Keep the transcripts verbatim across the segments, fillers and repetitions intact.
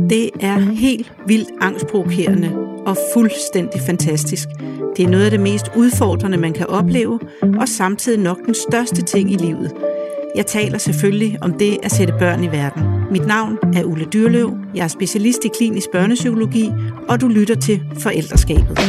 Det er helt vildt angstprovokerende og fuldstændig fantastisk. Det er noget af det mest udfordrende, man kan opleve, og samtidig nok den største ting i livet. Jeg taler selvfølgelig om det at sætte børn i verden. Mit navn er Ulla Dyrløv, jeg er specialist i klinisk børnepsykologi, og du lytter til Forældreskabet.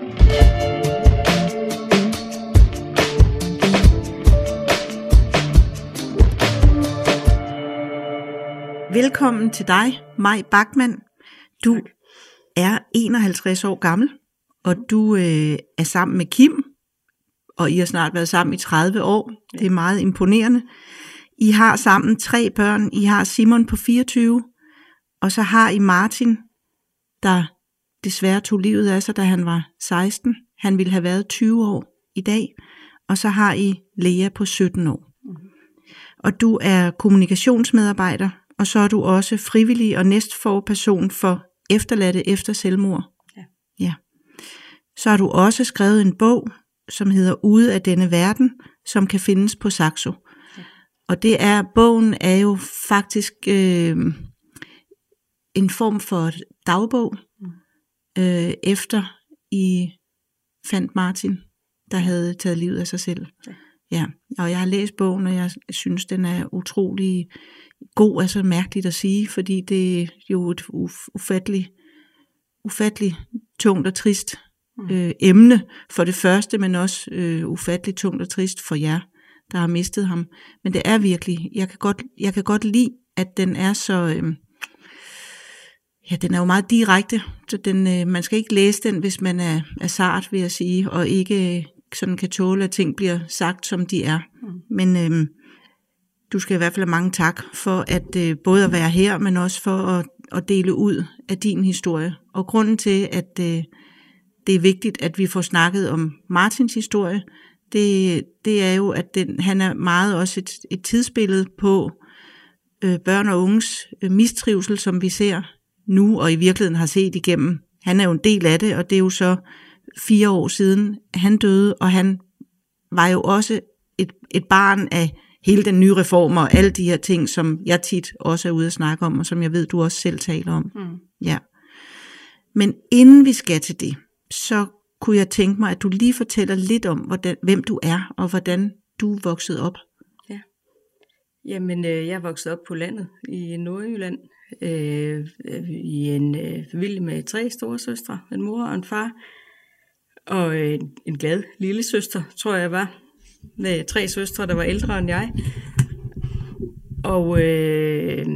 Velkommen til dig, Maj Bachmann. Du er enoghalvtreds år gammel, og du øh, er sammen med Kim, og I har snart været sammen i tredive år. Det er meget imponerende. I har sammen tre børn. I har Simon på fireogtyve, og så har I Martin, der desværre tog livet af sig, da han var seksten. Han ville have været tyve år i dag. Og så har I Lea på sytten år. Og du er kommunikationsmedarbejder, og så er du også frivillig og næstforperson for efterladte efter selvmord. Ja. Ja. Så har du også skrevet en bog, som hedder Ude af denne verden, som kan findes på Saxo. Ja. Og det er, bogen er jo faktisk øh, en form for dagbog, mm. øh, efter I fandt Martin, der havde taget livet af sig selv. Ja. Ja. Og jeg har læst bogen, og jeg synes, den er utrolig god, altså mærkeligt at sige, fordi det er jo et ufatteligt, ufatteligt tungt og trist øh, emne for det første, men også øh, ufatteligt tungt og trist for jer, der har mistet ham. Men det er virkelig, jeg kan godt, jeg kan godt lide, at den er så, øh, ja, den er jo meget direkte, så den, øh, man skal ikke læse den, hvis man er, er sart, vil jeg sige, og ikke øh, sådan kan tåle, at ting bliver sagt, som de er. Men øh, du skal i hvert fald have mange tak for at øh, både at være her, men også for at, at dele ud af din historie. Og grunden til, at øh, det er vigtigt, at vi får snakket om Martins historie, det, det er jo, at den, han er meget også et, et tidsbillede på øh, børn og unges øh, mistrivsel, som vi ser nu, og i virkeligheden har set igennem. Han er jo en del af det, og det er jo så fire år siden, han døde, og han var jo også et, et barn af hele den nye reform og alle de her ting, som jeg tit også er ude at snakke om, og som jeg ved, du også selv taler om. Mm. Ja. Men inden vi skal til det, så kunne jeg tænke mig, at du lige fortæller lidt om, hvordan, hvem du er, og hvordan du er vokset op. Ja. Jamen, øh, jeg er vokset op på landet i Nordjylland, øh, i en øh, familie med tre store søstre, en mor og en far, og øh, en glad lille søster, tror jeg var, med tre søstre, der var ældre end jeg. Og øh,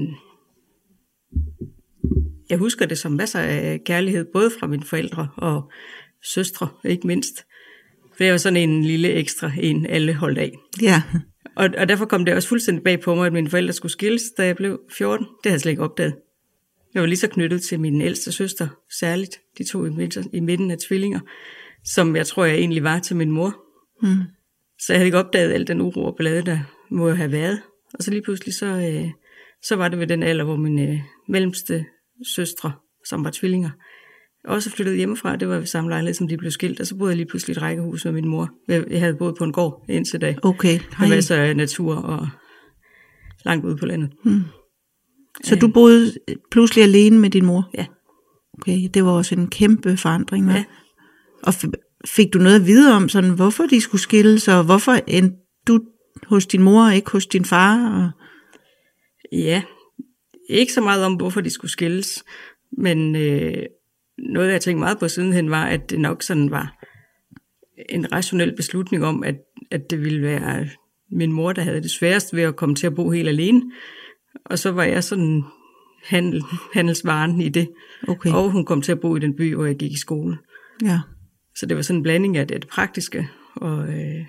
jeg husker det som masser af kærlighed, både fra mine forældre og søstre, ikke mindst. For det var sådan en lille ekstra en, alle holdt af. Ja. Og, og derfor kom det også fuldstændig bag på mig, at mine forældre skulle skilles, da jeg blev fjorten. Det havde jeg slet ikke opdaget. Jeg var lige så knyttet til min ældste søster, særligt. De to i midten, i midten af tvillinger, som jeg tror, jeg egentlig var til min mor. Mm. Så jeg havde ikke opdaget al den uro og ballade, der må have været. Og så lige pludselig, så, øh, så var det ved den alder, hvor mine øh, mellemste søstre, som var tvillinger, også flyttede hjemmefra. Det var ved samme lejlighed, som de blev skilt. Og så boede jeg lige pludselig i et rækkehus med min mor. Jeg, jeg havde boet på en gård indtil da. Okay. Med masser af natur og langt ude på landet. Hmm. Så øh. du boede pludselig alene med din mor? Ja. Okay, det var også en kæmpe forandring. Hva'? Ja. Og fik du noget at vide om, sådan, hvorfor de skulle skilles, og hvorfor endte du hos din mor og ikke hos din far? Og... Ja, ikke så meget om, hvorfor de skulle skilles, men øh, noget, jeg tænkte meget på sidenhen, var, at det nok sådan var en rationel beslutning om, at, at det ville være min mor, der havde det sværest ved at komme til at bo helt alene, og så var jeg sådan handel, handelsvaren i det, okay. Og hun kom til at bo i den by, hvor jeg gik i skole. Ja. Så det var sådan en blanding af det praktiske, og, øh,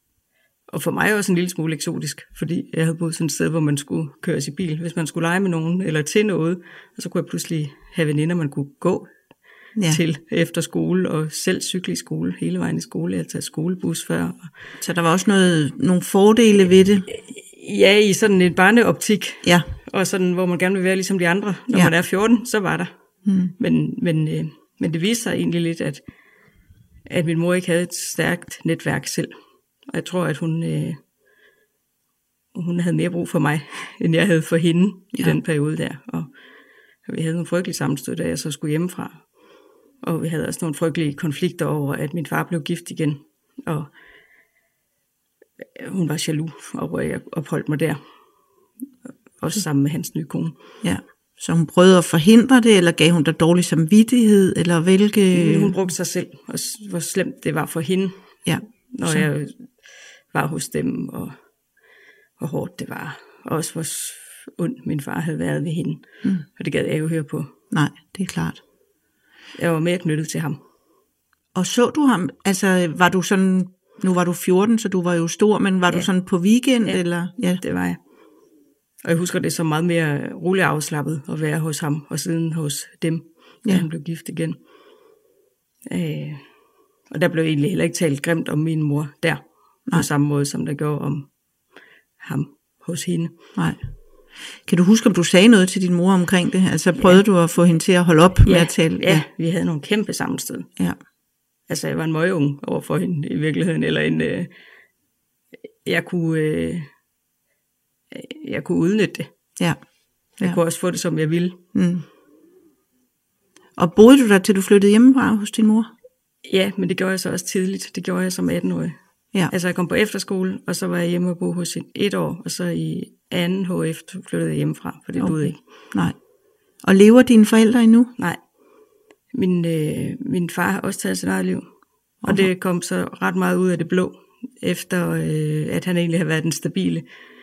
og for mig også en lille smule eksotisk, fordi jeg havde boet sådan et sted, hvor man skulle køres i bil, hvis man skulle lege med nogen, eller til noget, og så kunne jeg pludselig have veninder, man kunne gå ja. til efter skole, og selv cykle i skole, hele vejen i skole, jeg havde taget skolebus før. Så der var også noget, nogle fordele ved det? Ja, i sådan en barneoptik, ja. Og sådan, hvor man gerne vil være ligesom de andre, når ja. man er fjorten, så var der. Hmm. Men, men, øh, men det viste sig egentlig lidt, at at min mor ikke havde et stærkt netværk selv. Og jeg tror, at hun, øh, hun havde mere brug for mig, end jeg havde for hende ja. i den periode der. Og Vi havde nogle frygtelige sammenstød, da jeg så skulle hjemmefra. Og vi havde også nogle frygtelige konflikter over, at min far blev gift igen. Og hun var jaloux over, at jeg opholdt mig der. Også sammen med hans nye kone. Ja, så hun prøvede at forhindre det, eller gav hun dig dårlig samvittighed, eller hvilke... Hun brugte sig selv, og hvor slemt det var for hende, ja, når så. jeg var hos dem, og hvor hårdt det var. Og også hvor ondt min far havde været ved hende. Mm. Og det gad jeg jo høre på. Nej, det er klart. Jeg var mere knyttet til ham. Og så du ham, altså var du sådan, nu var du fjorten, så du var jo stor, men var ja. du sådan på weekend? Ja, eller? Ja, det var jeg. Og jeg husker det så meget mere roligt afslappet at være hos ham, og siden hos dem, da ja. han blev gift igen. Øh, og der blev egentlig heller ikke talt grimt om min mor der, Nej. på samme måde som der gjorde om ham hos hende. Nej. Kan du huske, om du sagde noget til din mor omkring det? Altså prøvede ja. du at få hende til at holde op ja. med at tale? Ja, ja, vi havde nogle kæmpe sammenstød. Ja. Altså jeg var en møgeunge over for hende i virkeligheden, eller en, øh, jeg kunne... Øh, jeg kunne udnytte det. Ja. Jeg ja. kunne også få det, som jeg ville. Mm. Og boede du der, til du flyttede hjemmefra hos din mor? Ja, men det gjorde jeg så også tidligt. Det gjorde jeg som atten-årig. Ja. Altså jeg kom på efterskole, og så var jeg hjemme og bo hos hende et år, og så i anden H F flyttede jeg hjemmefra, for det okay. boede ikke. Nej. Og lever dine forældre endnu? Nej. Min, øh, min far har også taget sit eget liv. Og okay. det kom så ret meget ud af det blå, efter øh, at han egentlig har været den stabile.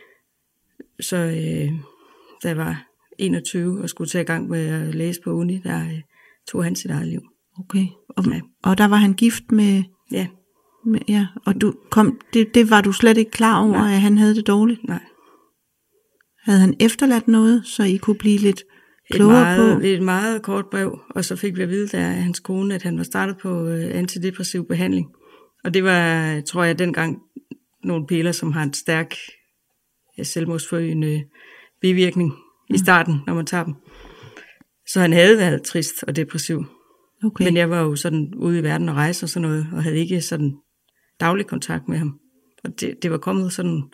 Så øh, da jeg var enogtyve og skulle tage i gang med at læse på uni, der øh, tog han sit eget liv. Okay, og, ja. og der var han gift med... Ja. med ja. Og du kom, det, det var du slet ikke klar over, Nej. at han havde det dårligt? Nej. Havde han efterladt noget, så I kunne blive lidt klogere et meget, på? Et meget kort brev, og så fik vi at vide af hans kone, at han var startet på øh, antidepressiv behandling. Og det var, tror jeg, dengang nogle piller, som har en stærk... selvmordsforøgende bivirkning mm. i starten, når man tager dem. Så han havde været trist og depressiv. Okay. Men jeg var jo sådan ude i verden og rejse og sådan noget, og havde ikke sådan daglig kontakt med ham. Og det, det var kommet sådan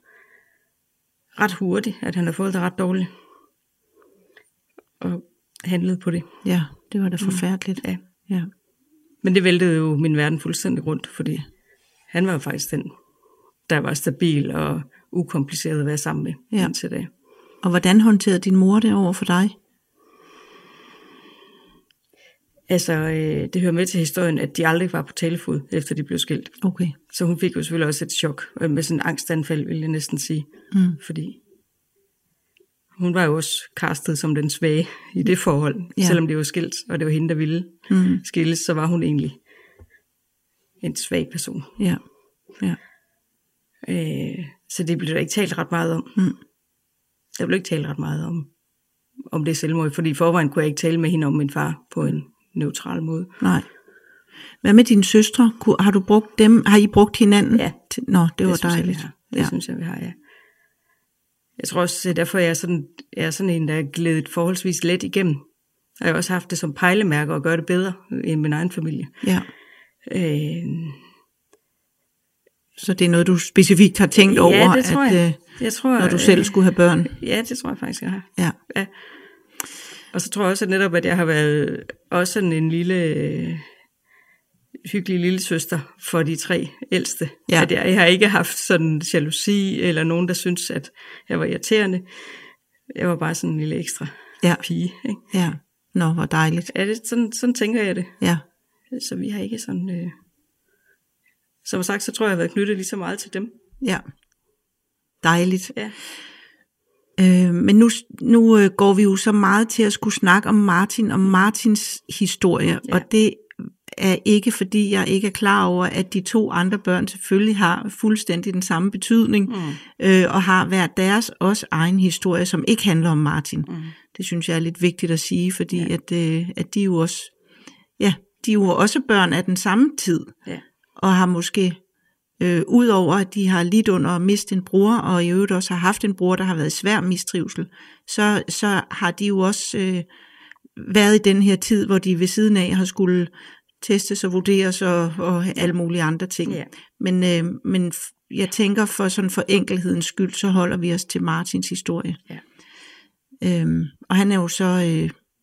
ret hurtigt, at han havde fået det ret dårligt. Og handlet på det. Ja, det var da forfærdeligt. Mm. Ja. ja. Men det væltede jo min verden fuldstændig rundt, fordi han var jo faktisk den, der var stabil og ukompliceret at være sammen med ja. indtil da. Og hvordan håndterede din mor det over for dig? Altså, øh, det hører med til historien, at de aldrig var på talefod, efter de blev skilt. Okay. Så hun fik jo selvfølgelig også et chok, med sådan en angstanfald, vil jeg næsten sige. Mm. Fordi hun var jo også castet som den svage i det forhold, ja. selvom det var skilt, og det var hende, der ville mm. skilles, så var hun egentlig en svag person. Ja, ja. Øh, så det blev der ikke talt ret meget om. Mm. Der blev ikke talt ret meget om, om det selvmord, fordi i forvejen kunne jeg ikke tale med hende om min far på en neutral måde. Nej. Hvad med dine søstre? Har du brugt dem? Har I brugt hinanden? Ja. Til... Nå, det, det var synes dejligt. Jeg, det ja. synes jeg, vi har, ja. Jeg tror også, derfor er jeg sådan, jeg er sådan en, der er glædet forholdsvis let igennem. Og jeg har også haft det som pejlemærke at gøre det bedre end min egen familie. Ja. Øh, Så det er noget, du specifikt har tænkt ja, over, det tror at, jeg. Jeg tror, når du selv skulle have børn? Ja, det tror jeg faktisk, jeg har. Ja. ja. Og så tror jeg også at netop, at jeg har været også sådan en lille, hyggelig lille søster for de tre ældste. Ja. At jeg, jeg har ikke haft sådan jalousi, eller nogen, der synes, at jeg var irriterende. Jeg var bare sådan en lille ekstra ja. pige. Ikke? Ja, nå, hvor dejligt. Ja, det, sådan, sådan tænker jeg det. Ja. Så vi har ikke sådan... Øh... Som sagt, så tror jeg, jeg har været knyttet lige så meget til dem. Ja, dejligt. Ja. Øh, men nu, nu øh, går vi jo så meget til at skulle snakke om Martin og Martins historie, ja. Og det er ikke fordi jeg ikke er klar over, at de to andre børn selvfølgelig har fuldstændig den samme betydning, mm. øh, og har hver deres også egen historie, som ikke handler om Martin. Mm. Det synes jeg er lidt vigtigt at sige, fordi ja. at, øh, at de jo også, ja, de er jo også børn af den samme tid, ja. Og har måske Øh, Udover at de har lidt under at miste en bror, og i øvrigt også har haft en bror, der har været i svær mistrivsel, så, så har de jo også øh, været i den her tid, hvor de ved siden af har skulle testes og vurderes og, og alle mulige andre ting. Yeah. Men, øh, men jeg tænker for sådan for enkelhedens skyld, så holder vi os til Martins historie. Yeah. Øhm, og han er jo så øh,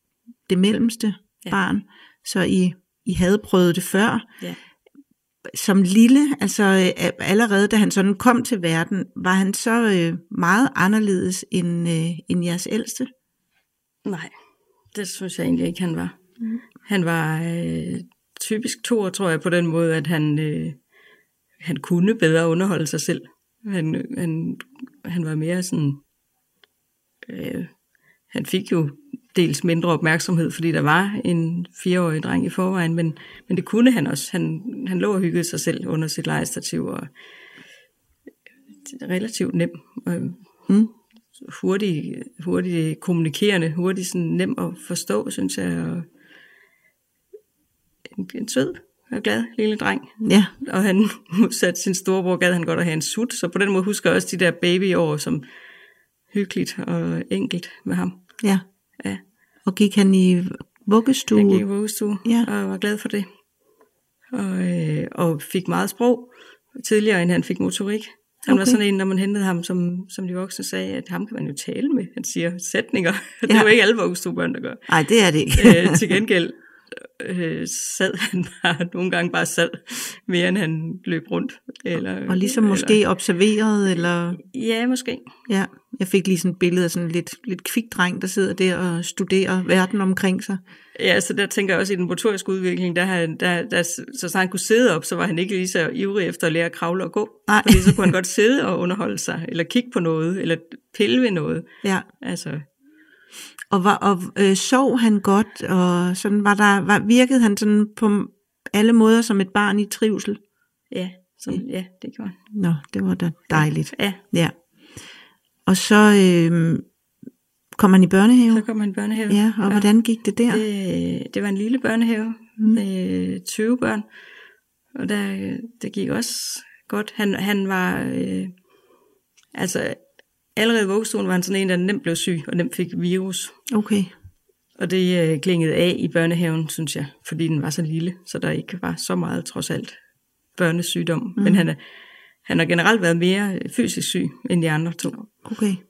det mellemste Ja. barn, så I, I havde prøvet det før. Ja. Som lille, altså øh, allerede da han sådan kom til verden, var han så øh, meget anderledes end, øh, end jeres ældste? Nej, det synes jeg egentlig ikke, han var. Mm. Han var øh, typisk toer, tror jeg, på den måde, at han, øh, han kunne bedre underholde sig selv. Han, han, han var mere sådan... Øh, han fik jo dels mindre opmærksomhed, fordi der var en fireårig dreng i forvejen, men, men det kunne han også. Han, han lå og hyggede sig selv under sit legestativ, og relativt nem, og Mm. hurtigt, hurtigt kommunikerende, hurtigt sådan nem at forstå, synes jeg, og en, en sød og glad lille dreng. Ja. Og han modsat sin storebror, gad han godt at have en sut, så på den måde husker jeg også de der babyår som hyggeligt og enkelt med ham. Ja. Ja. Og gik han i vuggestue? Han gik i vuggestue, Ja. og var glad for det. Og, øh, og fik meget sprog tidligere, end han fik motorik. Han okay. var sådan en, når man hentede ham, som, som de voksne sagde, at ham kan man jo tale med. Han siger sætninger. Det Ja. er jo ikke alle vuggestuebørn, der gør. Nej, det er det ikke. øh, til gengæld øh, sad han bare, nogle gange bare sad, mere end han løb rundt. Eller, Og ligesom eller, måske observeret, eller... Ja, måske. Ja, jeg fik lige sådan et billede af sådan en lidt, lidt kvik dreng, der sidder der og studerer verden omkring sig. Ja, så der tænker jeg også i den motoriske udvikling, der, han, der, der, så snart han kunne sidde op, så var han ikke lige så ivrig efter at lære at kravle og gå. Nej. Fordi så kunne han godt sidde og underholde sig, eller kigge på noget, eller pille ved noget. Ja. Altså, Og, var, og øh, sov han godt, og sådan var der, var, virkede han sådan på alle måder som et barn i trivsel? ja, som, ja, det gjorde han. Nå, det var da dejligt. Ja, Ja. Og så øh, kom han i børnehave? så kom han i børnehave. Ja, og hvordan gik det der? Det, det var en lille børnehave mm. med tyve børn, og der, det gik også godt. Han, han var, øh, altså allerede i vuggestuen var han sådan en, der nemt blev syg, og nemt fik virus. Okay. Og det øh, klingede af i børnehaven, synes jeg, fordi den var så lille, så der ikke var så meget, trods alt, børnesygdom. Mm. Men han, er, han har generelt været mere fysisk syg, end de andre to. Okay. Med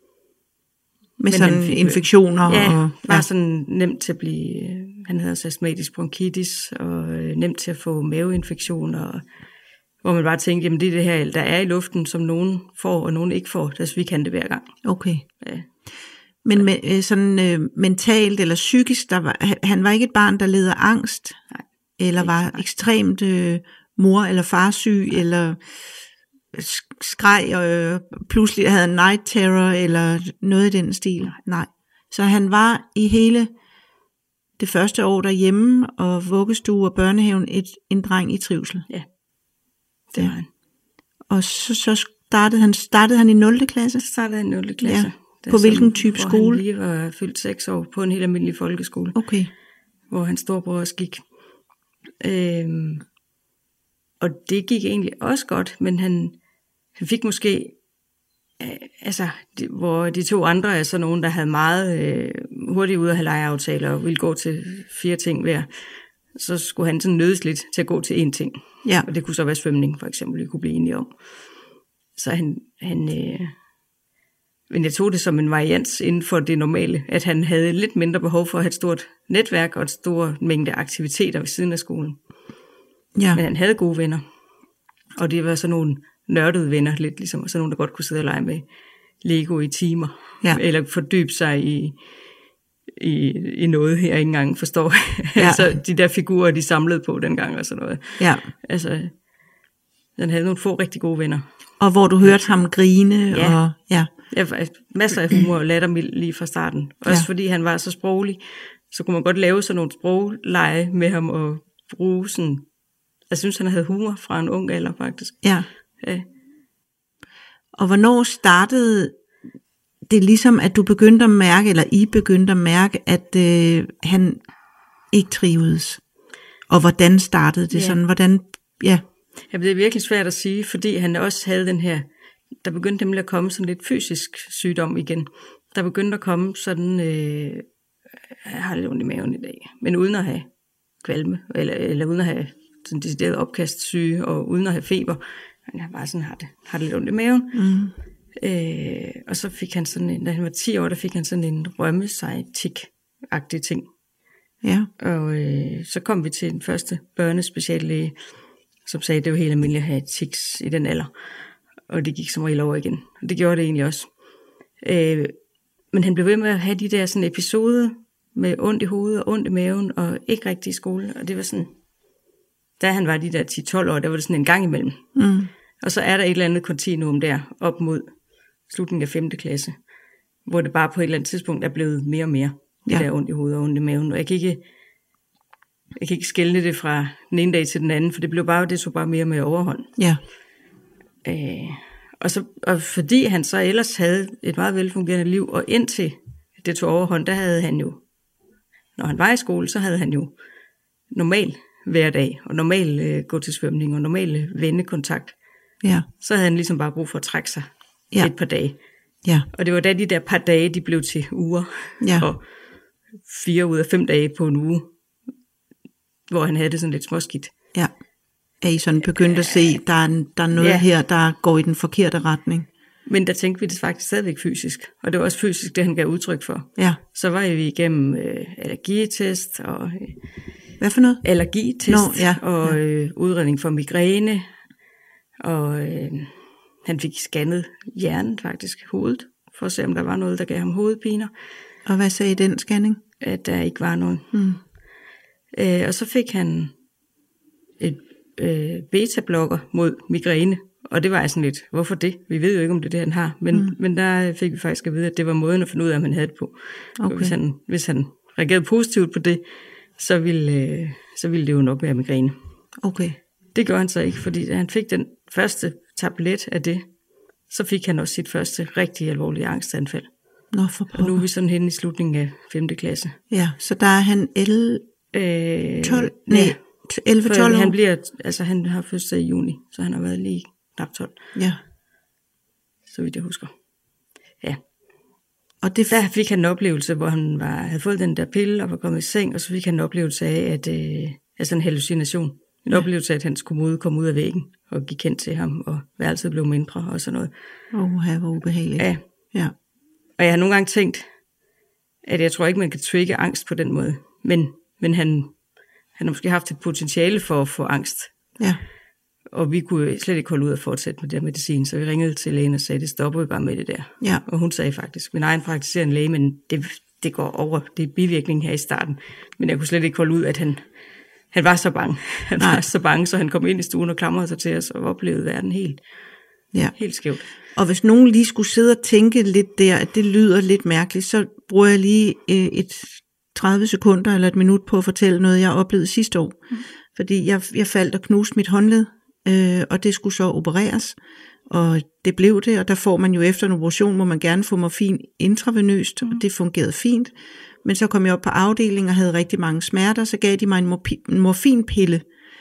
Men sådan han fik- infektioner? Ja, og, var sådan nemt til at blive, øh, han havde også astmatisk bronkitis, og øh, nemt til at få maveinfektioner, og, hvor man bare tænkte, jamen det er det her, der er i luften, som nogen får, og nogen ikke får, så vi kan det hver gang. Okay. Ja. Men med, øh, sådan øh, mentalt eller psykisk, der var, han- han var ikke et barn, der led af angst? Nej. Eller Ikke var så meget. ekstremt øh, mor- eller farsyg, eller sk- skreg og øh, pludselig havde en night terror, eller noget i den stil? Nej. Nej. Så han var i hele det første år derhjemme, og vuggestue og børnehaven, et, en dreng i trivsel. Det Ja. var han. Og så, så startede, han, startede han i nul klasse? Så startede han i nul klasse. Ja. Der På som- hvilken type hvor skole? han lige var fyldt seks år på en helt almindelig folkeskole, Okay. hvor hans storebror også gik. Øhm, og det gik egentlig også godt, men han, han fik måske, øh, altså, de, hvor de to andre er så nogen, der havde meget øh, hurtigt ud at have legeaftaler og ville gå til fire ting hver, så skulle han sådan nødes lidt til at gå til én ting. Ja. Og det kunne så være svømning, for eksempel, vi kunne blive enige om. Så han, han øh, men jeg tog det som en varians inden for det normale, at han havde lidt mindre behov for at have et stort netværk og et stort mængde aktiviteter ved siden af skolen. Ja. Men han havde gode venner. Og det var sådan nogle nørdede venner, lidt ligesom sådan nogle, der godt kunne sidde og lege med Lego i timer. Ja. Eller fordybe sig i, i, i noget, jeg ikke engang forstår. Ja. altså de der figurer, de samlede på dengang og sådan noget. Ja. Altså, han havde nogle få rigtig gode venner. Og hvor du hørte ham grine, Ja. og ja. Ja, masser af humor og lattermild lige fra starten. Også Ja. fordi han var så sproglig, så kunne man godt lave sådan nogle sprogleje med ham og bruge sådan... Jeg synes, han havde humor fra en ung alder, faktisk. Ja. Ja. Og hvornår startede det ligesom, at du begyndte at mærke, eller I begyndte at mærke, at øh, han ikke trivedes? Og hvordan startede det Ja. sådan? Hvordan, ja, Jamen, det er virkelig svært at sige, fordi han også havde den her... Der begyndte nemlig at komme sådan lidt fysisk sygdom igen. Der begyndte at komme sådan... Øh, jeg har lidt ondt i maven i dag, men uden at have kvalme, eller, eller uden at have sådan decideret opkastsyge, og uden at have feber. Men jeg bare sådan har det, har det lidt ondt i maven. mm, Øh, og så fik han sådan en, da han var ti år, der fik han sådan en rømmesejtik-agtig ting. Ja. Og øh, så kom vi til den første børnespeciallæge, som sagde, at det var helt almindeligt at have tics i den alder. Og det gik som regel over igen. Og det gjorde det egentlig også. Øh, men han blev ved med at have de der sådan episoder med ondt i hovedet og ondt i maven, og ikke rigtig i skole. Og det var sådan, da han var de der ti tolv år, der var det sådan en gang imellem. Mm. Og så er der et eller andet kontinuum der, op mod slutningen af femte klasse, hvor det bare på et eller andet tidspunkt er blevet mere og mere. Det ja. Der ondt i hovedet og ondt i maven. Og jeg kan ikke, jeg kan ikke skelne det fra den ene dag til den anden, for det blev bare, det så bare mere og mere overhånd. Ja. Øh, og, så, og fordi han så ellers havde et meget velfungerende liv, og indtil det tog overhånd, der havde han jo, når han var i skole, så havde han jo normal hverdag, og normal øh, gå til svømning, og normal vennekontakt. Ja. Så havde han ligesom bare brug for at trække sig ja. et par dage. Ja. Og det var da de der par dage, de blev til uger, ja. og fire ud af fem dage på en uge, hvor han havde det sådan lidt småskidt. Ja. Er I sådan begyndt at se, der er, der er noget ja. her, der går i den forkerte retning? Men der tænkte vi det faktisk stadigvæk fysisk, og det var også fysisk, det han gav udtryk for. Ja. Så var vi igennem øh, allergitest, og øh, hvad for noget? Allergitest, Nå, ja. og øh, udredning for migræne, og øh, han fik scannet hjernen faktisk, hovedet, for at se, om der var noget, der gav ham hovedpiner. Og hvad sagde den scanning? At der ikke var noget. Hmm. Øh, og så fik han et øh, beta-blokker mod migræne, og det var jeg sådan lidt, hvorfor det? Vi ved jo ikke, om det er det, han har, men, hmm. men der fik vi faktisk at vide, at det var måden at finde ud af, om han havde det på. Okay. Hvis, han, hvis han reagerede positivt på det, så ville, øh, så ville det jo nok være migræne. Okay. Det gjorde han så ikke, fordi da han fik den første tablet af det, så fik han også sit første rigtig alvorlige angstanfald. Nå, for pokker. Og nu er vi sådan henne i slutningen af femte klasse. Ja, så der er han elleve, tolv, nej, elleve tolv år. Han bliver, altså han har fødselsdag i juni, så han har været lige knap tolv. Ja. Så vidt jeg husker. Ja. Og det der fik han en oplevelse, hvor han var, havde fået den der pille og var kommet i seng, og så fik han en oplevelse af, at, øh, altså en hallucination. En ja. oplevelse af, at hans kommode kom ud af væggen og gik hen til ham, og værelset blev mindre og sådan noget. Åh, oh, det var ubehageligt. Ja. ja. Og jeg har nogle gange tænkt, at jeg tror ikke, man kan trigge angst på den måde. Men, men han, han har måske haft et potentiale for at få angst. Ja. Og vi kunne slet ikke holde ud at fortsætte med det medicin, så vi ringede til lægen og sagde, det stopper vi bare med det der. Ja. Og hun sagde faktisk, min egen praktiserende læge, men det, det går over, det er bivirkningen her i starten. Men jeg kunne slet ikke holde ud, at han, han var så bange. Han Nej. var så bange, så han kom ind i stuen og klamrede sig til os og oplevede verden helt, ja. helt skævt. Og hvis nogen lige skulle sidde og tænke lidt der, at det lyder lidt mærkeligt, så bruger jeg lige et tredive sekunder eller et minut på at fortælle noget, jeg oplevede sidste år. Mm. Fordi jeg, jeg faldt og knuste mit håndled, øh, og det skulle så opereres. Og det blev det, og der får man jo efter en operation, må man gerne få morfin intravenøst, mm. og det fungerede fint. Men så kom jeg op på afdelingen og havde rigtig mange smerter, så gav de mig en, morfi, en morfinpille,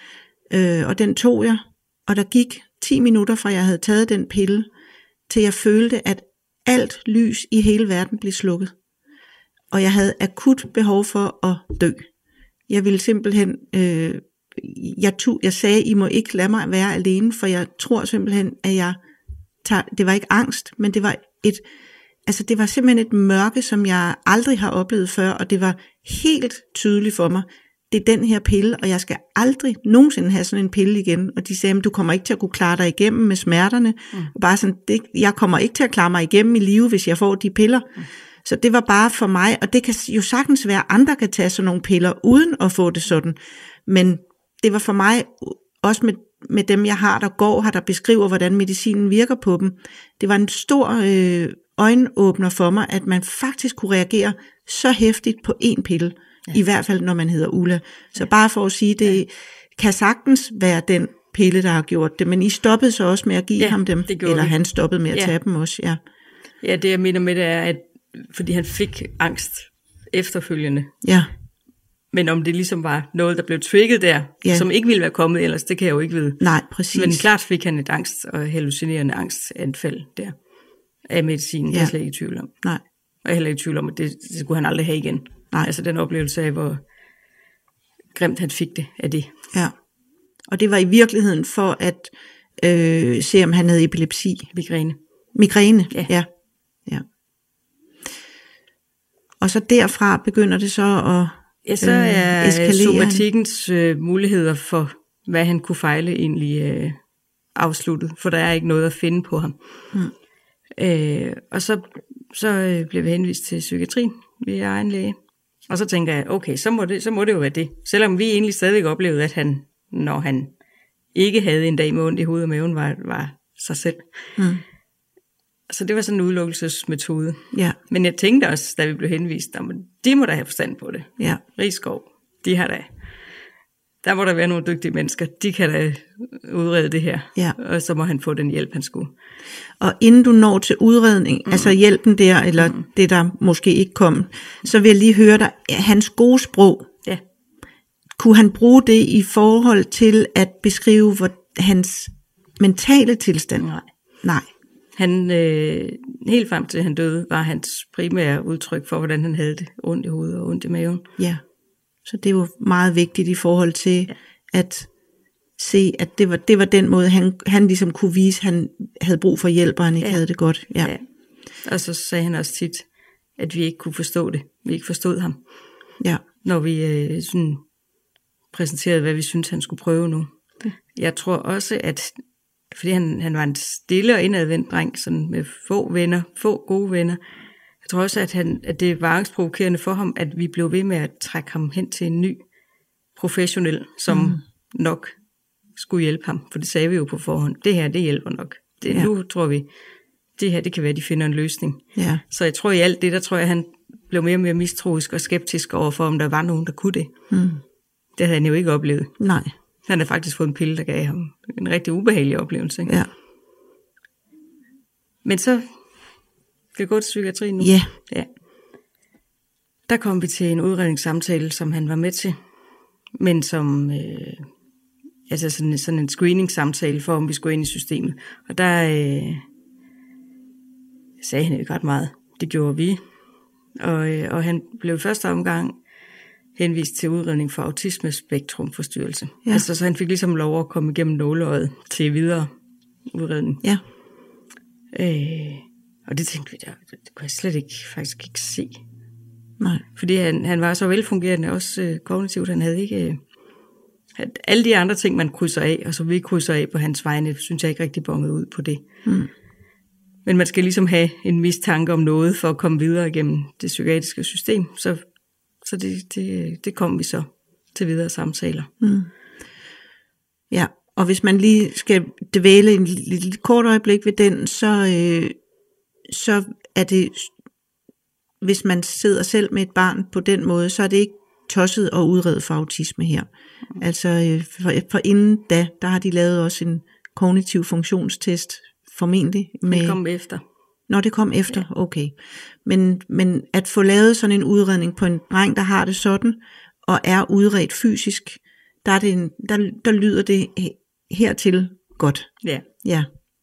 øh, og den tog jeg, og der gik ti minutter fra jeg havde taget den pille, til jeg følte, at alt lys i hele verden blev slukket. Og jeg havde akut behov for at dø. Jeg ville simpelthen, øh, jeg, tog, jeg sagde, I må ikke lade mig være alene, for jeg tror simpelthen, at jeg tager, det var ikke angst, men det var et, altså det var simpelthen et mørke, som jeg aldrig har oplevet før, og det var helt tydeligt for mig, det er den her pille, og jeg skal aldrig nogensinde have sådan en pille igen. Og de sagde, du kommer ikke til at kunne klare dig igennem med smerterne. Mm. Og bare sådan, det, jeg kommer ikke til at klare mig igennem i live, hvis jeg får de piller. Mm. Så det var bare for mig, og det kan jo sagtens være, at andre kan tage sådan nogle piller, uden at få det sådan. Men det var for mig, også med, med dem jeg har, der går her, der beskriver, hvordan medicinen virker på dem. Det var en stor øh, øjenåbner for mig, at man faktisk kunne reagere så hæftigt på én pille. Ja. I hvert fald, når man hedder Ulla. Så ja. Bare for at sige, det ja. kan sagtens være den pille, der har gjort det. Men I stoppede så også med at give ja, ham dem? Eller vi. Han stoppede med at ja. tage dem også? Ja. ja, det jeg mener med det er, at fordi han fik angst efterfølgende. Ja. Men om det ligesom var noget, der blev trigget der, ja. som ikke ville være kommet ellers, det kan jeg jo ikke vide. Nej, præcis. Men klart fik han et angst og hallucinerende angstanfald der af medicinen. Ja. Det er jeg slet ikke i tvivl om. Nej. Og jeg er heller ikke i tvivl om, at det, det skulle han aldrig have igen. Nej. Altså den oplevelse af, hvor grimt han fik det af det. Ja, og det var i virkeligheden for at øh, se, om han havde epilepsi. Migræne. Migræne, ja. ja. ja. Og så derfra begynder det så at Ja, så er øh, somatikkens øh, muligheder for, hvad han kunne fejle, egentlig øh, afsluttet, for der er ikke noget at finde på ham. Mm. Øh, og så, så øh, blev vi henvist til psykiatrien ved egen læge. Og så tænker jeg, okay, så må, det, så må det jo være det. Selvom vi egentlig stadigvæk oplevede, at han, når han ikke havde en dag med ondt i hovedet og maven, var, var sig selv. Mm. Så det var sådan en udelukkelsesmetode. Ja. Men jeg tænkte også, da vi blev henvist, de må da have forstand på det. Ja. Rigskov, de har da, der må der være nogle dygtige mennesker, de kan da udrede det her. Ja. Og så må han få den hjælp, han skulle. Og inden du når til udredning, mm. altså hjælpen der, eller mm. det der måske ikke kom, så vil jeg lige høre dig, hans gode sprog, ja. Kunne han bruge det i forhold til at beskrive hvor, hans mentale tilstand? Nej. Nej. Han, øh, helt frem til han døde, var hans primære udtryk for, hvordan han havde det, ondt i hovedet og ondt i maven. Ja, så det var meget vigtigt i forhold til ja. At se, at det var, det var den måde, han, han ligesom kunne vise, at han havde brug for hjælp, og han ikke ja. Havde det godt. Ja. Ja. Og så sagde han også tit, at vi ikke kunne forstå det. Vi ikke forstod ham. Ja. Når vi øh, sådan præsenterede, hvad vi syntes, han skulle prøve nu. Ja. Jeg tror også, at fordi han, han var en stille og indadvendt dreng, sådan med få venner, få gode venner. Jeg tror også, at, han, at det var angstprovokerende for ham, at vi blev ved med at trække ham hen til en ny professionel, som mm. nok skulle hjælpe ham. For det sagde vi jo på forhånd. Det her, det hjælper nok. Det, ja. Nu tror vi, det her, det kan være, at de finder en løsning. Ja. Så jeg tror i alt det, der tror jeg, han blev mere og mere mistroisk og skeptisk overfor, om der var nogen, der kunne det. Mm. Det havde han jo ikke oplevet. Nej. Han har faktisk fået en pille, der gav ham en rigtig ubehagelig oplevelse. Ikke? Ja. Men så skal vi gå til psykiatrien nu. Ja. ja. Der kom vi til en udredningssamtale, som han var med til, men som øh, altså sådan, sådan en screening-samtale for, om vi skulle ind i systemet. Og der øh, sagde han ikke ret meget. Det gjorde vi. Og, øh, og han blev i første omgang henvist til udredning for autismespektrumforstyrrelse. Ja. Altså, så han fik ligesom lov at komme igennem nåleøjet til videre udredning. Ja. Øh, og det tænkte vi, der, det kunne jeg slet ikke, faktisk ikke se. Nej. Fordi han, han var så velfungerende, også øh, kognitivt. Han havde ikke... Øh, alle de andre ting, man krydser af, og så vi krydser af på hans vegne, synes jeg ikke rigtig bonget ud på det. Mm. Men man skal ligesom have en mistanke om noget, for at komme videre igennem det psykiatriske system. Så, så det, det, det kom vi så til videre samtaler. Mm. Ja, og hvis man lige skal dvæle en lille kort øjeblik ved den, så, øh, så er det, hvis man sidder selv med et barn på den måde, så er det ikke tosset at udrede for autisme her. Mm. Altså øh, for, for inden da, der har de lavet også en kognitiv funktionstest, formentlig. Med, det kom efter. Når det kom efter, ja. Okay. Men, men at få lavet sådan en udredning på en dreng, der har det sådan, og er udredt fysisk, der, er det en, der, der lyder det hertil godt. Ja. Ja.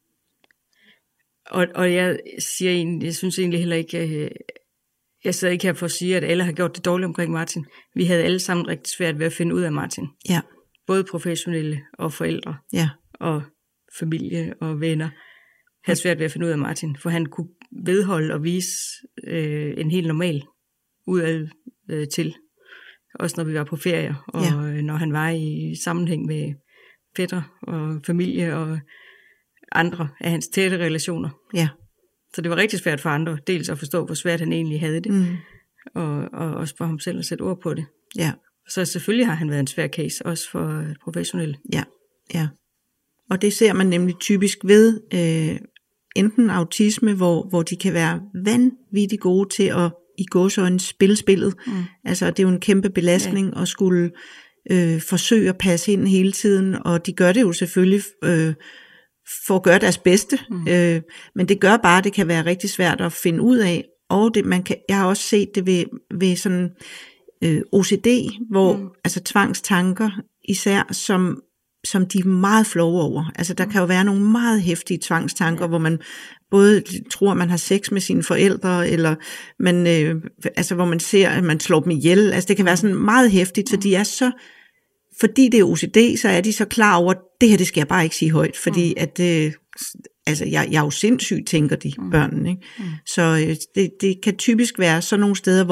Og, og jeg siger egentlig, jeg synes egentlig heller ikke, jeg sidder ikke her for at sige, at alle har gjort det dårligt omkring Martin. Vi havde alle sammen rigtig svært ved at finde ud af Martin. Ja. Både professionelle og forældre. Ja. Og familie og venner havde svært ved at finde ud af Martin, for han kunne vedholde og vise øh, en helt normal udad øh, til. Også når vi var på ferier, og ja. øh, når han var i sammenhæng med fætter og familie og andre af hans tætte relationer. Ja. Så det var rigtig svært for andre, dels at forstå, hvor svært han egentlig havde det, mm. og, og også for ham selv at sætte ord på det. Ja. Så selvfølgelig har han været en svær case, også for professionelle. Ja, ja. Og det ser man nemlig typisk ved øh, enten autisme, hvor, hvor de kan være vanvittigt gode til at i gåseøjne spille spillet. Mm. Altså det er jo en kæmpe belastning ja. At skulle øh, forsøge at passe ind hele tiden, og de gør det jo selvfølgelig øh, for at gøre deres bedste, mm. øh, men det gør bare, at det kan være rigtig svært at finde ud af, og det, man kan, jeg har også set det ved, ved sådan øh, O C D, hvor mm. altså tvangstanker især, som som de er meget flove over. Altså der kan jo være nogle meget heftige tvangstanker, ja. Hvor man både tror, man har sex med sine forældre, eller man, øh, altså hvor man ser, at man slår dem ihjel. Altså det kan være sådan meget hæftigt, så de er så, fordi det er O C D, så er de så klar over, det her, det skal jeg bare ikke sige højt, fordi at, øh, altså jeg, jeg er jo sindssyg, tænker de børnene, ikke? Så øh, det, det kan typisk være sådan nogle steder, hvor det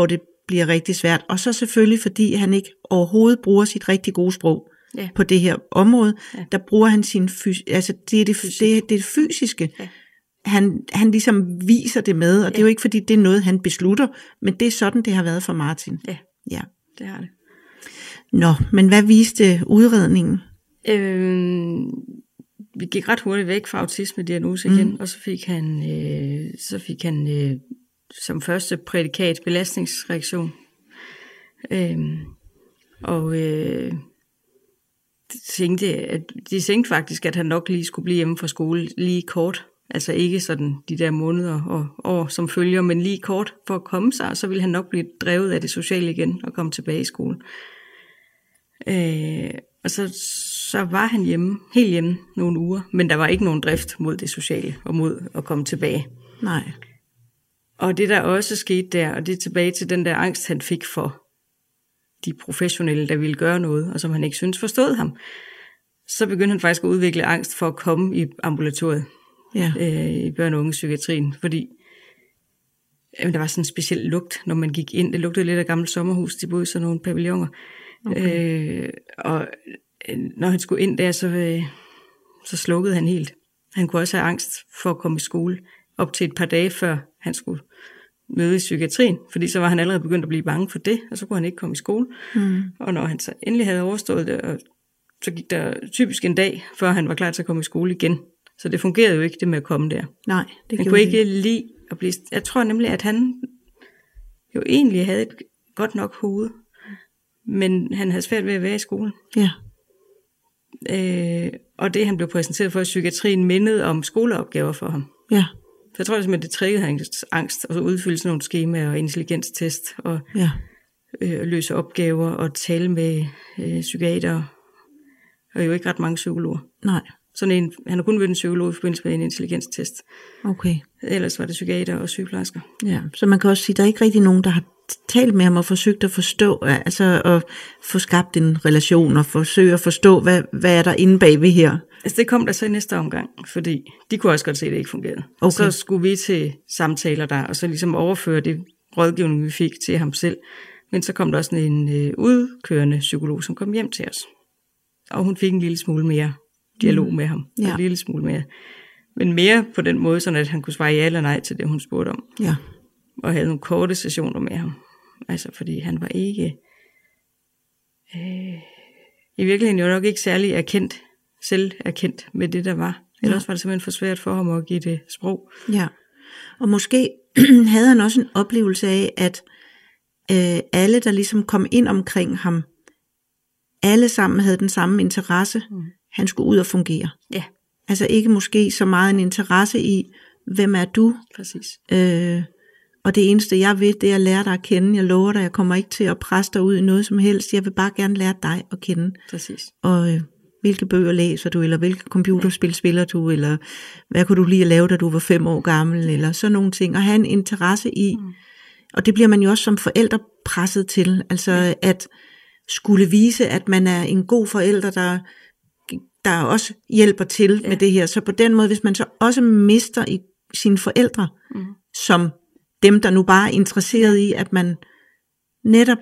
bliver rigtig svært. Og så selvfølgelig, fordi han ikke overhovedet bruger sit rigtig gode sprog ja. På det her område, ja. Der bruger han sin fys- altså det er det, det, det, er det fysiske. Ja. Han, han ligesom viser det med, og ja. Det er jo ikke fordi det er noget han beslutter, men det er sådan det har været for Martin. Ja, ja. Det har det. Nå, men hvad viste udredningen? Øhm, vi gik ret hurtigt væk fra autisme-diagnose mm. igen, og så fik han, øh, så fik han øh, som første prædikat belastningsreaktion. Øhm, og øh, de tænkte, at, de tænkte faktisk, at han nok lige skulle blive hjemme fra skole lige kort. Altså ikke sådan de der måneder og år, som følger, men lige kort for at komme sig, og så ville han nok blive drevet af det sociale igen og komme tilbage i skole. Øh, og så, så var han hjemme, helt hjemme nogle uger, men der var ikke nogen drift mod det sociale og mod at komme tilbage. Nej. Og det der også skete der, og det er tilbage til den der angst, han fik for de professionelle, der ville gøre noget, og som han ikke syntes forstod ham, så begyndte han faktisk at udvikle angst for at komme i ambulatoriet. Ja. Øh, i børne- og ungepsykiatrien, fordi jamen, der var sådan en speciel lugt, når man gik ind. Det lugtede lidt af gammelt sommerhus, de boede i sådan nogle pavilloner. Okay. Øh, og når han skulle ind der, så, øh, så slukkede han helt. Han kunne også have angst for at komme i skole op til et par dage før han skulle møde i psykiatrien, fordi så var han allerede begyndt at blive bange for det, og så kunne han ikke komme i skole. Mm. Og når han så endelig havde overstået det, og så gik der typisk en dag, før han var klar til at komme i skole igen. Så det fungerede jo ikke, det med at komme der. Nej, det han kunne ikke lide at blive... Jeg tror nemlig, at han jo egentlig havde et godt nok hoved, men han havde svært ved at være i skolen. Ja. Øh, og det, han blev præsenteret for i psykiatrien, mindede om skoleopgaver for ham. Ja. Så jeg tror simpelthen, det triggede hans angst, og så udfylde sådan nogle skemaer og intelligenstest, og ja. øh, løse opgaver, og tale med øh, psykiatere, og jo ikke ret mange psykologer. Nej. Sådan en, han har kun været en psykolog i forbindelse med en intelligenstest. Okay. Ellers var det psykiater og sygeplejersker. Ja, så man kan også sige, at der er ikke rigtig nogen, der har talt med ham og forsøgt at forstå, altså at få skabt en relation og forsøge at forstå, hvad, hvad er der inde bagved her. Altså det kom der så i næste omgang, fordi de kunne også godt se, at det ikke fungerede. Okay. Og så skulle vi til samtaler der, og så ligesom overføre det rådgivning, vi fik til ham selv. Men så kom der også en øh, udkørende psykolog, som kom hjem til os. Og hun fik en lille smule mere dialog med ham, ja. En lille smule mere. Men mere på den måde, sådan at han kunne svare ja eller nej til det, hun spurgte om. Ja. Og havde nogle korte sessioner med ham. Altså, fordi han var ikke... Øh, I virkeligheden jo nok ikke særlig erkendt, selv erkendt med det, der var. Ellers ja. Var det simpelthen for svært for ham at give det sprog. Ja, og måske havde han også en oplevelse af, at øh, alle, der ligesom kom ind omkring ham, alle sammen havde den samme interesse. Mm. Han skulle ud og fungere. Ja. Altså ikke måske så meget en interesse i, hvem er du? Præcis. Øh, og det eneste jeg vil, det er at lære dig at kende. Jeg lover dig, jeg kommer ikke til at presse dig ud i noget som helst. Jeg vil bare gerne lære dig at kende. Præcis. Og øh, hvilke bøger læser du, eller hvilke computerspil spiller du, eller hvad kunne du lige at lave, da du var fem år gammel, eller sådan nogle ting. Og have en interesse i, mm. og det bliver man jo også som forældre presset til, altså ja. At skulle vise, at man er en god forælder, der der også hjælper til ja. Med det her. Så på den måde, hvis man så også mister i sine forældre, mm. som dem, der nu bare er interesseret i, at man netop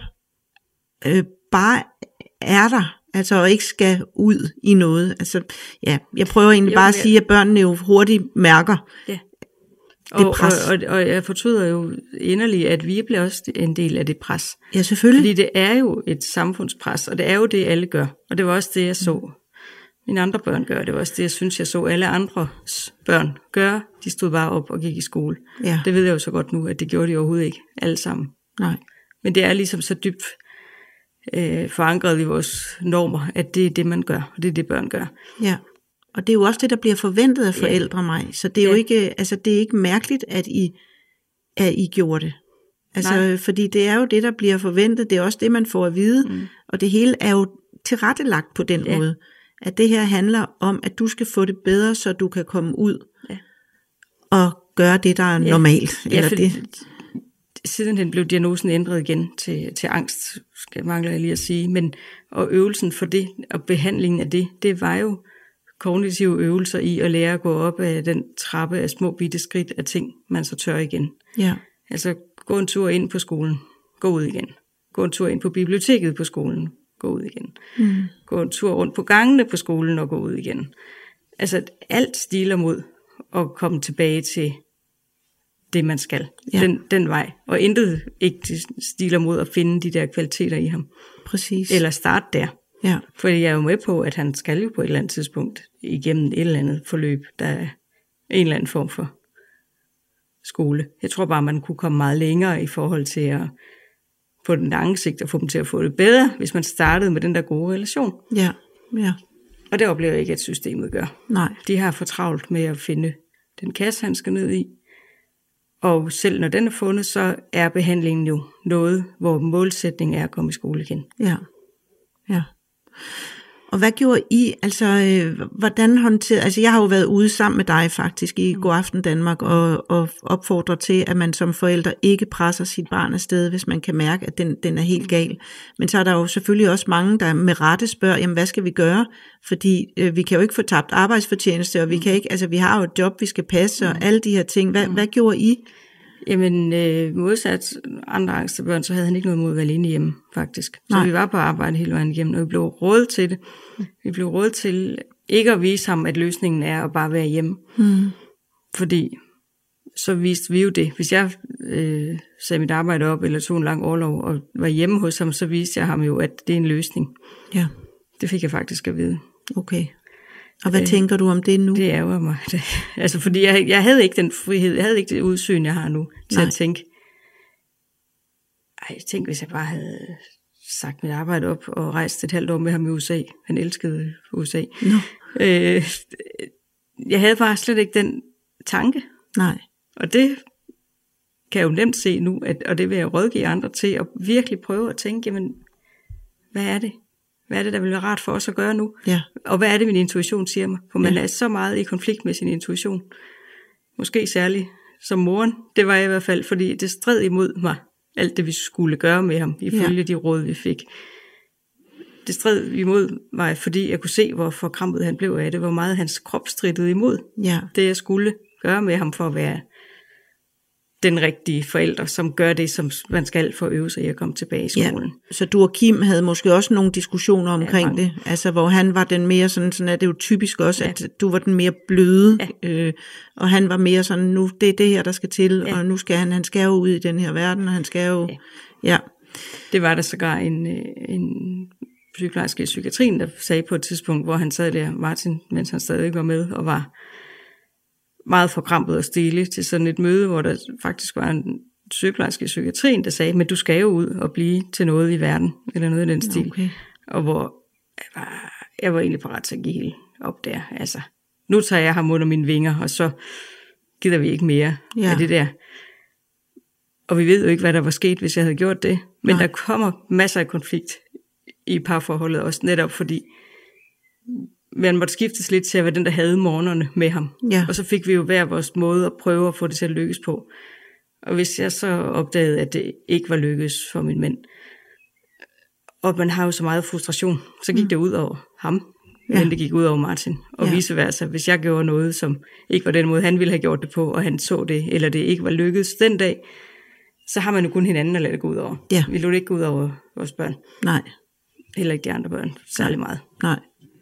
øh, bare er der, altså og ikke skal ud i noget. Altså, ja, jeg prøver egentlig jo, bare at sige, at børnene jo hurtigt mærker ja. det og, pres. Og, og, og jeg fortryder jo inderligt, at vi bliver også en del af det pres. Ja, selvfølgelig. Fordi det er jo et samfundspres, og det er jo det, alle gør. Og det var også det, jeg så. Mm. Mine andre børn gør. Det var også det, jeg synes, jeg så alle andres børn gøre. De stod bare op og gik i skole. Ja. Det ved jeg jo så godt nu, at det gjorde de overhovedet ikke alle sammen. Nej. Men det er ligesom så dybt øh, forankret i vores normer, at det er det, man gør, og det er det, børn gør. Ja, og det er jo også det, der bliver forventet af forældre, mig. Så det er ja. jo ikke, altså det er ikke mærkeligt, at I, at I gjorde det. Altså, Nej. Fordi det er jo det, der bliver forventet. Det er også det, man får at vide. Mm. Og det hele er jo tilrettelagt på den ja. Måde. At det her handler om, at du skal få det bedre, så du kan komme ud ja. Og gøre det, der er ja. Normalt. Ja, eller det. Sidenhen blev diagnosen ændret igen til, til angst, skal mangler jeg lige at sige. Men, og øvelsen for det, og behandlingen af det, det var jo kognitive øvelser i at lære at gå op af den trappe af små bitte skridt af ting, man så tør igen. Ja. Altså gå en tur ind på skolen, gå ud igen. Gå en tur ind på biblioteket på skolen, gå ud igen. Mm. Gå en tur rundt på gangene på skolen og gå ud igen. Altså alt stiler mod at komme tilbage til det, man skal. Ja. Den, den vej. Og intet ikke stiler mod at finde de der kvaliteter i ham. Præcis. Eller starte der. Ja. For jeg er jo med på, at han skal jo på et eller andet tidspunkt igennem et eller andet forløb, der er en eller anden form for skole. Jeg tror bare, man kunne komme meget længere i forhold til at på den lange sigt og få dem til at få det bedre, hvis man startede med den der gode relation. Ja, ja. Og det oplever jeg ikke, at systemet gør. Nej. De har for travlt med at finde den kasse, han skal ned i. Og selv når den er fundet, så er behandlingen jo noget, hvor målsætningen er at komme i skole igen. Ja, ja. Og hvad gjorde I, altså øh, hvordan håndterede, altså jeg har jo været ude sammen med dig faktisk i God Aften Danmark og, og opfordrer til, at man som forældre ikke presser sit barn afsted, hvis man kan mærke, at den, den er helt gal. Men så er der jo selvfølgelig også mange, der med rette spørger, jamen hvad skal vi gøre? Fordi øh, vi kan jo ikke få tabt arbejdsfortjeneste, og vi kan ikke, altså vi har jo et job, vi skal passe, og alle de her ting. Hvad, hvad gjorde I? Jamen øh, modsat andre angstebørn, så havde han ikke noget mod at være alene hjemme, faktisk. Så Nej. Vi var på arbejde hele vejen igennem, og vi blev rådet til det. Vi blev rådet til ikke at vise ham, at løsningen er at bare være hjemme. Mm. Fordi så viste vi jo det. Hvis jeg øh, sagde mit arbejde op, eller tog en lang orlov, og var hjemme hos ham, så viste jeg ham jo, at det er en løsning. Ja. Det fik jeg faktisk at vide. Okay. Og hvad øh, tænker du om det nu? Det ærger mig. Altså, fordi jeg, jeg havde ikke den frihed, jeg havde ikke det udsyn, jeg har nu, til Nej. At tænke, ej, tænk, hvis jeg bare havde sagt mit arbejde op, og rejst et halvt år med ham i U S A. Han elskede U S A. No. Øh, jeg havde bare slet ikke den tanke. Nej. Og det kan jeg jo nemt se nu, at, og det vil jeg rådgive andre til, at virkelig prøve at tænke, jamen, hvad er det? Hvad er det, der vil være rart for os at gøre nu? Ja. Og hvad er det, min intuition siger mig? For man ja. er så meget i konflikt med sin intuition. Måske særligt som moren. Det var jeg i hvert fald, fordi det stred imod mig. Alt det, vi skulle gøre med ham, ifølge ja. De råd, vi fik. Det stred imod mig, fordi jeg kunne se, hvor forkrampet han blev af det. Hvor meget hans krop strittede imod. Ja. Det, jeg skulle gøre med ham for at være den rigtige forælder, som gør det, som man skal for at øve sig i at komme tilbage i skolen. Ja, så du og Kim havde måske også nogle diskussioner omkring ja, det, altså hvor han var den mere sådan, sådan er det jo typisk også, ja. At du var den mere bløde, ja. øh, og han var mere sådan, nu det er det her, der skal til, ja. Og nu skal han, han skal jo ud i den her verden, og han skal jo, ja. ja. Det var der sågar en, en sygeplejerske i psykiatrien, der sagde på et tidspunkt, hvor han sad der, Martin, mens han stadig var med, og var meget forkrampet og stille til sådan et møde, hvor der faktisk var en sygeplejerske i psykiatrien, der sagde, men du skal jo ud og blive til noget i verden, eller noget i den stil. Okay. Og hvor jeg var, jeg var egentlig parat til at give helt op der. Altså, nu tager jeg ham under mine vinger, og så gider vi ikke mere ja. Af det der. Og vi ved jo ikke, hvad der var sket, hvis jeg havde gjort det. Men Nej. Der kommer masser af konflikt i parforholdet også, netop fordi man måtte skiftes lidt til at være den, der havde morgenerne med ham. Ja. Og så fik vi jo hver vores måde at prøve at få det til at lykkes på. Og hvis jeg så opdagede, at det ikke var lykkes for min mænd, og man har jo så meget frustration, så gik mm. det ud over ham, ja. Men det gik ud over Martin. Og ja. Vice versa. Hvis jeg gjorde noget, som ikke var den måde, han ville have gjort det på, og han så det, eller det ikke var lykkedes den dag, så har man jo kun hinanden at lade det gå ud over. Ja. Vi lod det ikke gå ud over vores børn. Nej. Heller ikke de andre børn, særlig meget. Nej.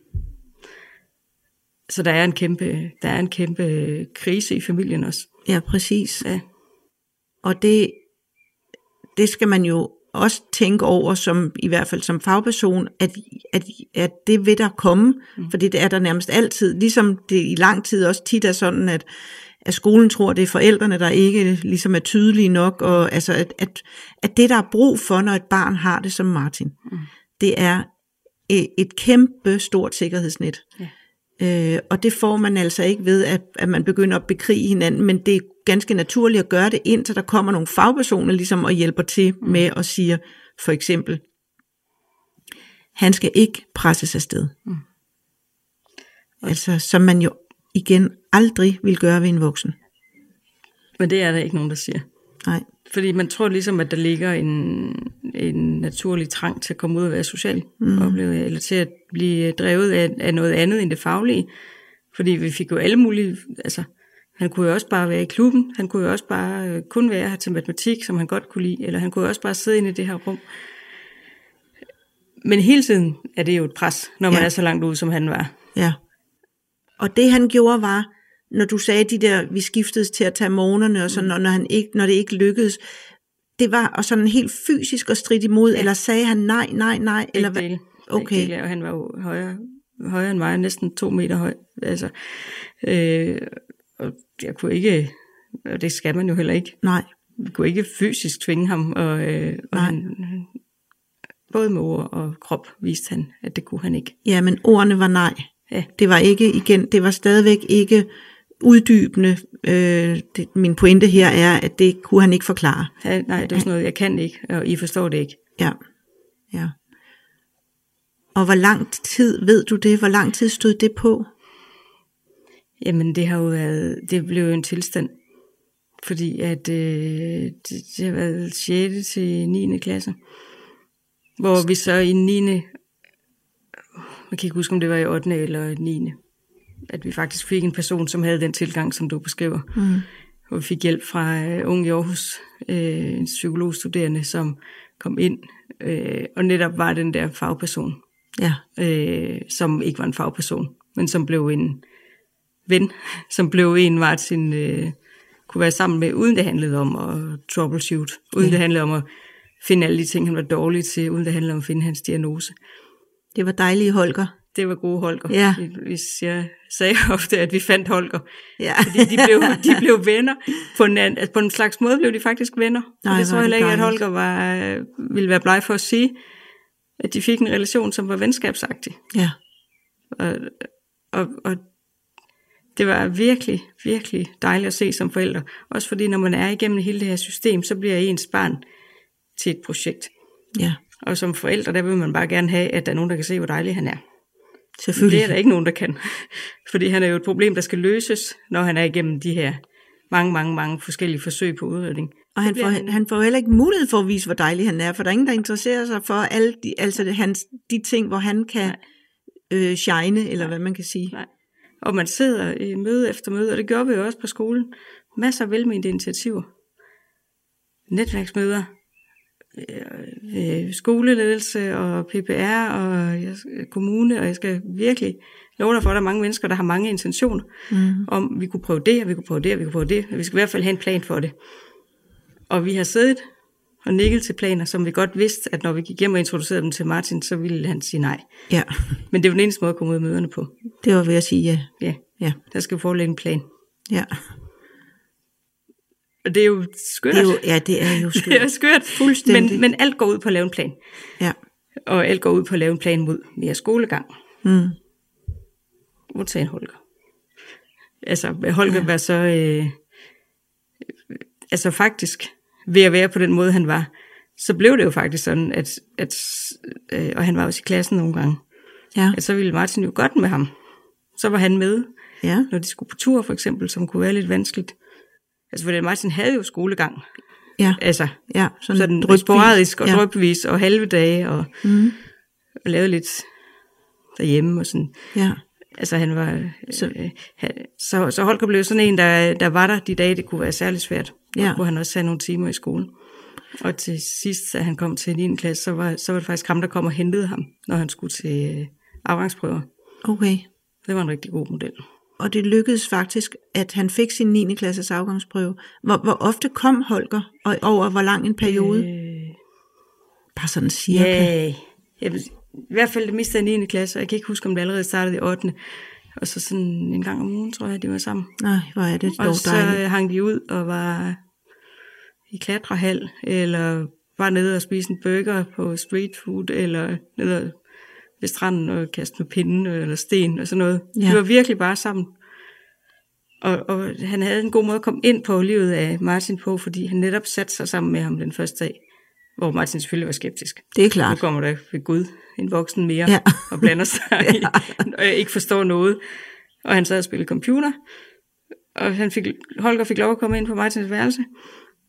Så der er en kæmpe, der er en kæmpe krise i familien også. Ja, præcis. Ja. Og det, det skal man jo også tænke over, som i hvert fald som fagperson, at, at, at det vil der komme, mm. fordi det er der nærmest altid, ligesom det i lang tid også tit er sådan, at, at skolen tror, det er forældrene, der ikke ligesom er tydelige nok, og altså at, at, at det, der er brug for, når et barn har det som Martin, mm. det er et kæmpe stort sikkerhedsnet. Ja. Øh, og det får man altså ikke ved, at, at man begynder at bekrige hinanden, men det er ganske naturligt at gøre det, indtil der kommer nogle fagpersoner ligesom og hjælper til mm. med at sige, for eksempel, han skal ikke presses afsted. Mm. Altså, som man jo igen aldrig vil gøre ved en voksen. Men det er der ikke nogen, der siger. Nej. Fordi man tror ligesom, at der ligger en, en naturlig trang til at komme ud og være social, mm. opleve, eller til at blive drevet af, af noget andet end det faglige. Fordi vi fik jo alle mulige, altså Han kunne jo også bare være i klubben, han kunne jo også bare øh, kun være her til matematik, som han godt kunne lide, eller han kunne jo også bare sidde inde i det her rum. Men hele tiden er det jo et pres, når man ja. er så langt ude, som han var. Ja. Og det han gjorde var, når du sagde de der, vi skiftedes til at tage morgenerne, og sådan, mm. når, han ikke, når det ikke lykkedes, det var og sådan helt fysisk og stridt imod, ja. eller sagde han nej, nej, nej? Eller hvad? Del. Okay. Del, og han var jo højere, højere end mig, næsten to meter høj. Altså, øh, og jeg kunne ikke, og det skal man jo heller ikke. Nej. Vi kunne ikke fysisk tvinge ham, og, øh, og han, både med ord og krop viste han, at det kunne han ikke. Ja, men ordene var nej. Ja. Det var ikke igen, det var stadigvæk ikke uddybende. Øh, det, min pointe her er, at det kunne han ikke forklare. Ja, nej, det er sådan noget, jeg kan ikke, og I forstår det ikke. Ja, ja. Og hvor lang tid, ved du det, hvor lang tid stod det på? Jamen, det har jo været, det blev jo en tilstand, fordi at øh, det, det har været sjette til niende klasse, hvor vi så i niende, man kan ikke huske, om det var i ottende eller niende, at vi faktisk fik en person, som havde den tilgang, som du beskriver. Mm. Hvor vi fik hjælp fra uh, Ung i Aarhus, uh, en psykologstuderende, som kom ind, uh, og netop var den der fagperson, ja. uh, som ikke var en fagperson, men som blev en ven, som blev en, Martin uh, kunne være sammen med, uden det handlede om at troubleshoot, uden ja. det handlede om at finde alle de ting, han var dårlig til, uden det handlede om at finde hans diagnose. Det var dejlige Holger. Det var gode Holger. Ja. Hvis jeg sagde ofte, at vi fandt Holger. Ja. Fordi de blev, de blev venner. På en, altså på en slags måde blev de faktisk venner. Nej, og det tror jeg heller ikke, at Holger var, ville være bleg for at sige, at de fik en relation, som var venskabsagtig. Ja. Og, og, og det var virkelig, virkelig dejligt at se som forældre. Også fordi, når man er igennem hele det her system, så bliver ens barn til et projekt. Ja. Og som forældre, der vil man bare gerne have, at der er nogen, der kan se, hvor dejlig han er. Selvfølgelig. Det er der ikke nogen, der kan. Fordi han er jo et problem, der skal løses, når han er igennem de her mange, mange, mange forskellige forsøg på udredning. Og han får, han... han får heller ikke mulighed for at vise, hvor dejlig han er, for der er ingen, der interesserer sig for alle de, altså det, hans, de ting, hvor han kan øh, shine, eller Nej. hvad man kan sige. Nej. Og man sidder i møde efter møde, og det gør vi jo også på skolen. Masser af velmente initiativer. Netværksmøder. Skoleledelse og P P R og kommune, og jeg skal virkelig love dig for, at der er mange mennesker, der har mange intentioner mm. om, vi kunne prøve det, og vi kunne prøve det, og vi kunne prøve det, og vi skal i hvert fald have en plan for det. Og vi har siddet og nikket til planer, som vi godt vidste, at når vi gik hjem og introducerede dem til Martin, så ville han sige nej. Ja. Men det var den eneste måde at komme ud af møderne på. Det var ved at sige ja. Ja, ja. Der skal vi forelægge en plan. Ja. Og det er jo skørt. Det er jo, ja, det er jo skørt. Det er skørt. Fuldstændig. Men, men alt går ud på at lave en plan. Ja. Og alt går ud på at lave en plan mod mere skolegang. Mm. Undtagen Holger. Altså, Holger ja. var så... Øh, altså faktisk, ved at være på den måde, han var, så blev det jo faktisk sådan, at... at øh, og han var også i klassen nogle gange. Ja. At så ville Martin jo godt med ham. Så var han med, ja. når de skulle på tur, for eksempel, som kunne være lidt vanskeligt. Altså, fordi Martin havde jo skolegang. Ja. Altså, ja, sådan, sådan drøbvis. Sporadisk og ja. drøbvis og halve dage, og, mm. og lavede lidt derhjemme og sådan. Ja. Altså, han var... Så, øh, så, så Holger blev sådan en, der, der var der de dage, det kunne være særlig svært. Ja. Hvor han også havde nogle timer i skolen. Og til sidst, da han kom til niende klasse, så var, så var det faktisk ham, der kom og hentede ham, når han skulle til øh, afgangsprøver. Okay. Det var en rigtig god model. Og det lykkedes faktisk, at han fik sin niende klasses afgangsprøve. Hvor, hvor ofte kom Holger, og over hvor lang en periode? Øh, Bare sådan cirka. Ja, jeg vil, i hvert fald det meste af niende klasse, og jeg kan ikke huske, om det allerede startede i ottende Og så sådan en gang om ugen, tror jeg, de var sammen. Nej, hvor er det dog Og så dejligt. hang de ud og var i klatrehal, eller var nede og spise en burger på street food, eller nede ved stranden og kaste med pinden eller sten og sådan noget. Ja. De var virkelig bare sammen. Og, og han havde en god måde at komme ind på livet af Martin på, fordi han netop satte sig sammen med ham den første dag, hvor Martin selvfølgelig var skeptisk. Det er klart. Nu kommer der ved Gud en voksen mere ja. og blander sig ja. i, og jeg ikke forstår noget. Og han sad og spillede computer, og han fik, Holger fik lov at komme ind på Martins værelse.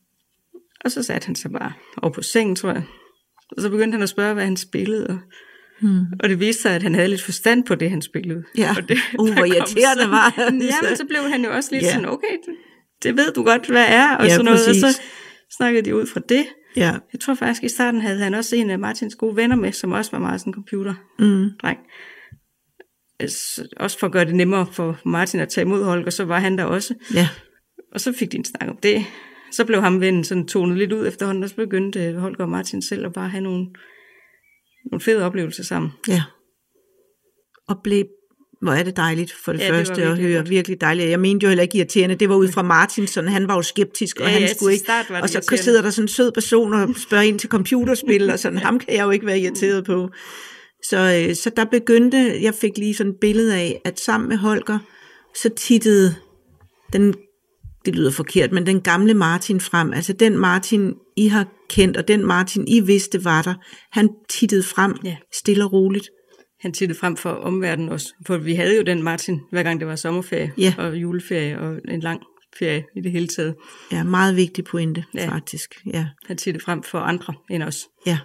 Og så satte han sig bare over på sengen, tror jeg. Og så begyndte han at spørge, hvad han spillede, og Hmm. Og det viste sig, at han havde lidt forstand på det, han spillede. Ja, og det, uh, hvor irriterende var han. Ja, men så blev han jo også lidt ja. sådan, okay, det, det ved du godt, hvad er, og ja, sådan noget. præcis. Og så snakkede de ud fra det. Ja. Jeg tror faktisk, i starten havde han også en af Martins gode venner med, som også var meget sådan en computerdreng. Mm. Også for at gøre det nemmere for Martin at tage imod Holger, så var han der også. Ja. Og så fik de en snak om det. Så blev ham vennen sådan tonet lidt ud efterhånden, og så begyndte Holger og Martin selv at bare have nogle, nogle fede oplevelser sammen. Ja. Og blev, hvor er det dejligt for det ja, første det at høre, godt. Virkelig dejligt. Jeg mente jo heller ikke irriterende, det var ud fra Martin, sådan han var jo skeptisk, og ja, han ja, skulle ikke, og så sidder der sådan en sød person og spørger ind til computerspil, og sådan, ham kan jeg jo ikke være irriteret på. Så, så der begyndte, jeg fik lige sådan et billede af, at sammen med Holger, så tittede den, det lyder forkert, men den gamle Martin frem, altså den Martin, I har kendt, og den Martin, I vidste var der, han tittede frem, ja. Stille og roligt. Han tittede frem for omverdenen også, for vi havde jo den Martin, hver gang det var sommerferie, ja. Og juleferie, og en lang ferie i det hele taget. Ja, meget vigtig pointe, ja. Faktisk. Ja. Han tittede frem for andre end os. Ja.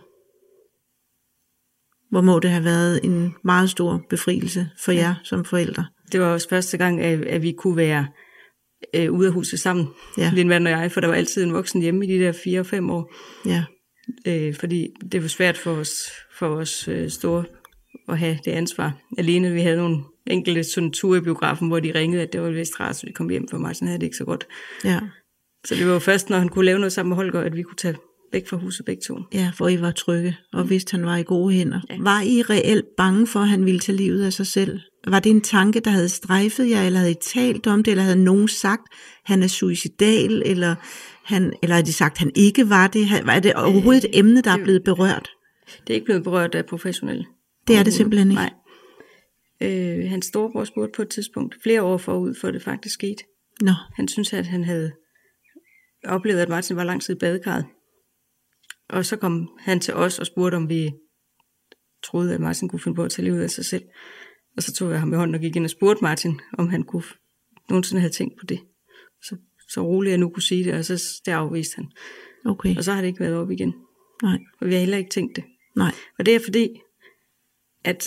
Hvor må det have været en meget stor befrielse for jer som forældre? Det var også første gang, at, at vi kunne være øh, ude af huset sammen, ja. Din mand og jeg, for der var altid en voksen hjemme i de der fire og fem år. Ja. Øh, fordi det var svært for os, for os øh, store at have det ansvar. Alene vi havde nogle enkelte sådan ture i biografen, hvor de ringede, at det var vist rart, så vi kom hjem, for Martin havde det ikke så godt. Ja. Så det var jo først, når han kunne lave noget sammen med Holger, at vi kunne tage væk fra huset begge to. Ja, for I var trygge, og vidste, han var i gode hænder. Ja. Var I reelt bange for, at han ville tage livet af sig selv? Var det en tanke, der havde strejfet jer, eller havde I talt om det, eller havde nogen sagt, han er suicidal, eller, han, eller havde de sagt, han ikke var det? Var det overhovedet et emne, der er blevet berørt? Det er ikke blevet berørt af professionelle. Det er det simpelthen ikke? Nej. Øh, hans storebror spurgte på et tidspunkt, flere år forud, for det faktisk skete. Nå. Han syntes, at han havde oplevet, at Martin var lang tid i badekarret. Og så kom han til os og spurgte, om vi troede, at Martin kunne finde på at tage livet af sig selv. Og så tog jeg ham i hånden og gik ind og spurgte Martin, om han kunne nogensinde have tænkt på det. Så, så roligt jeg nu kunne sige det, og så der afviste han. Okay. Og så har det ikke været op igen. Nej. Og vi har heller ikke tænkt det. Nej. Og det er fordi, at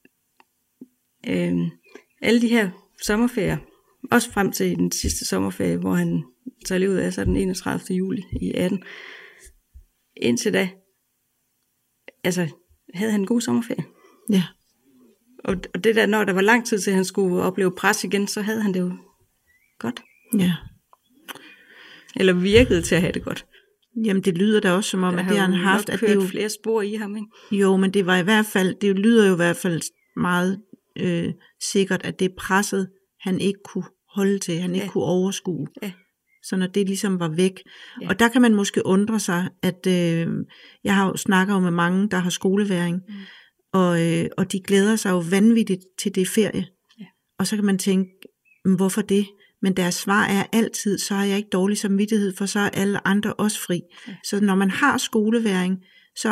øh, alle de her sommerferier, også frem til den sidste sommerferie, hvor han tager livet af sig den enogtredivte juli i atten, indtil da, altså, havde han en god sommerferie. Ja. Og, og det der, når der var lang tid til, at han skulle opleve pres igen, så havde han det jo godt. Ja. Eller virkede til at have det godt. Jamen, det lyder da også som om, der at det har han haft. At det jo flere spor i ham, ikke? Jo, men det var i hvert fald, det lyder jo i hvert fald meget øh, sikkert, at det presset, han ikke kunne holde til, han ikke ja. Kunne overskue. Ja. Så når det ligesom var væk. Ja. Og der kan man måske undre sig, at øh, jeg har jo snakket jo med mange, der har skoleværing, mm. og, øh, og de glæder sig jo vanvittigt til det ferie. Ja. Og så kan man tænke, hvorfor det? Men deres svar er altid, så har jeg ikke dårlig samvittighed, for så er alle andre også fri. Ja. Så når man har skoleværing, så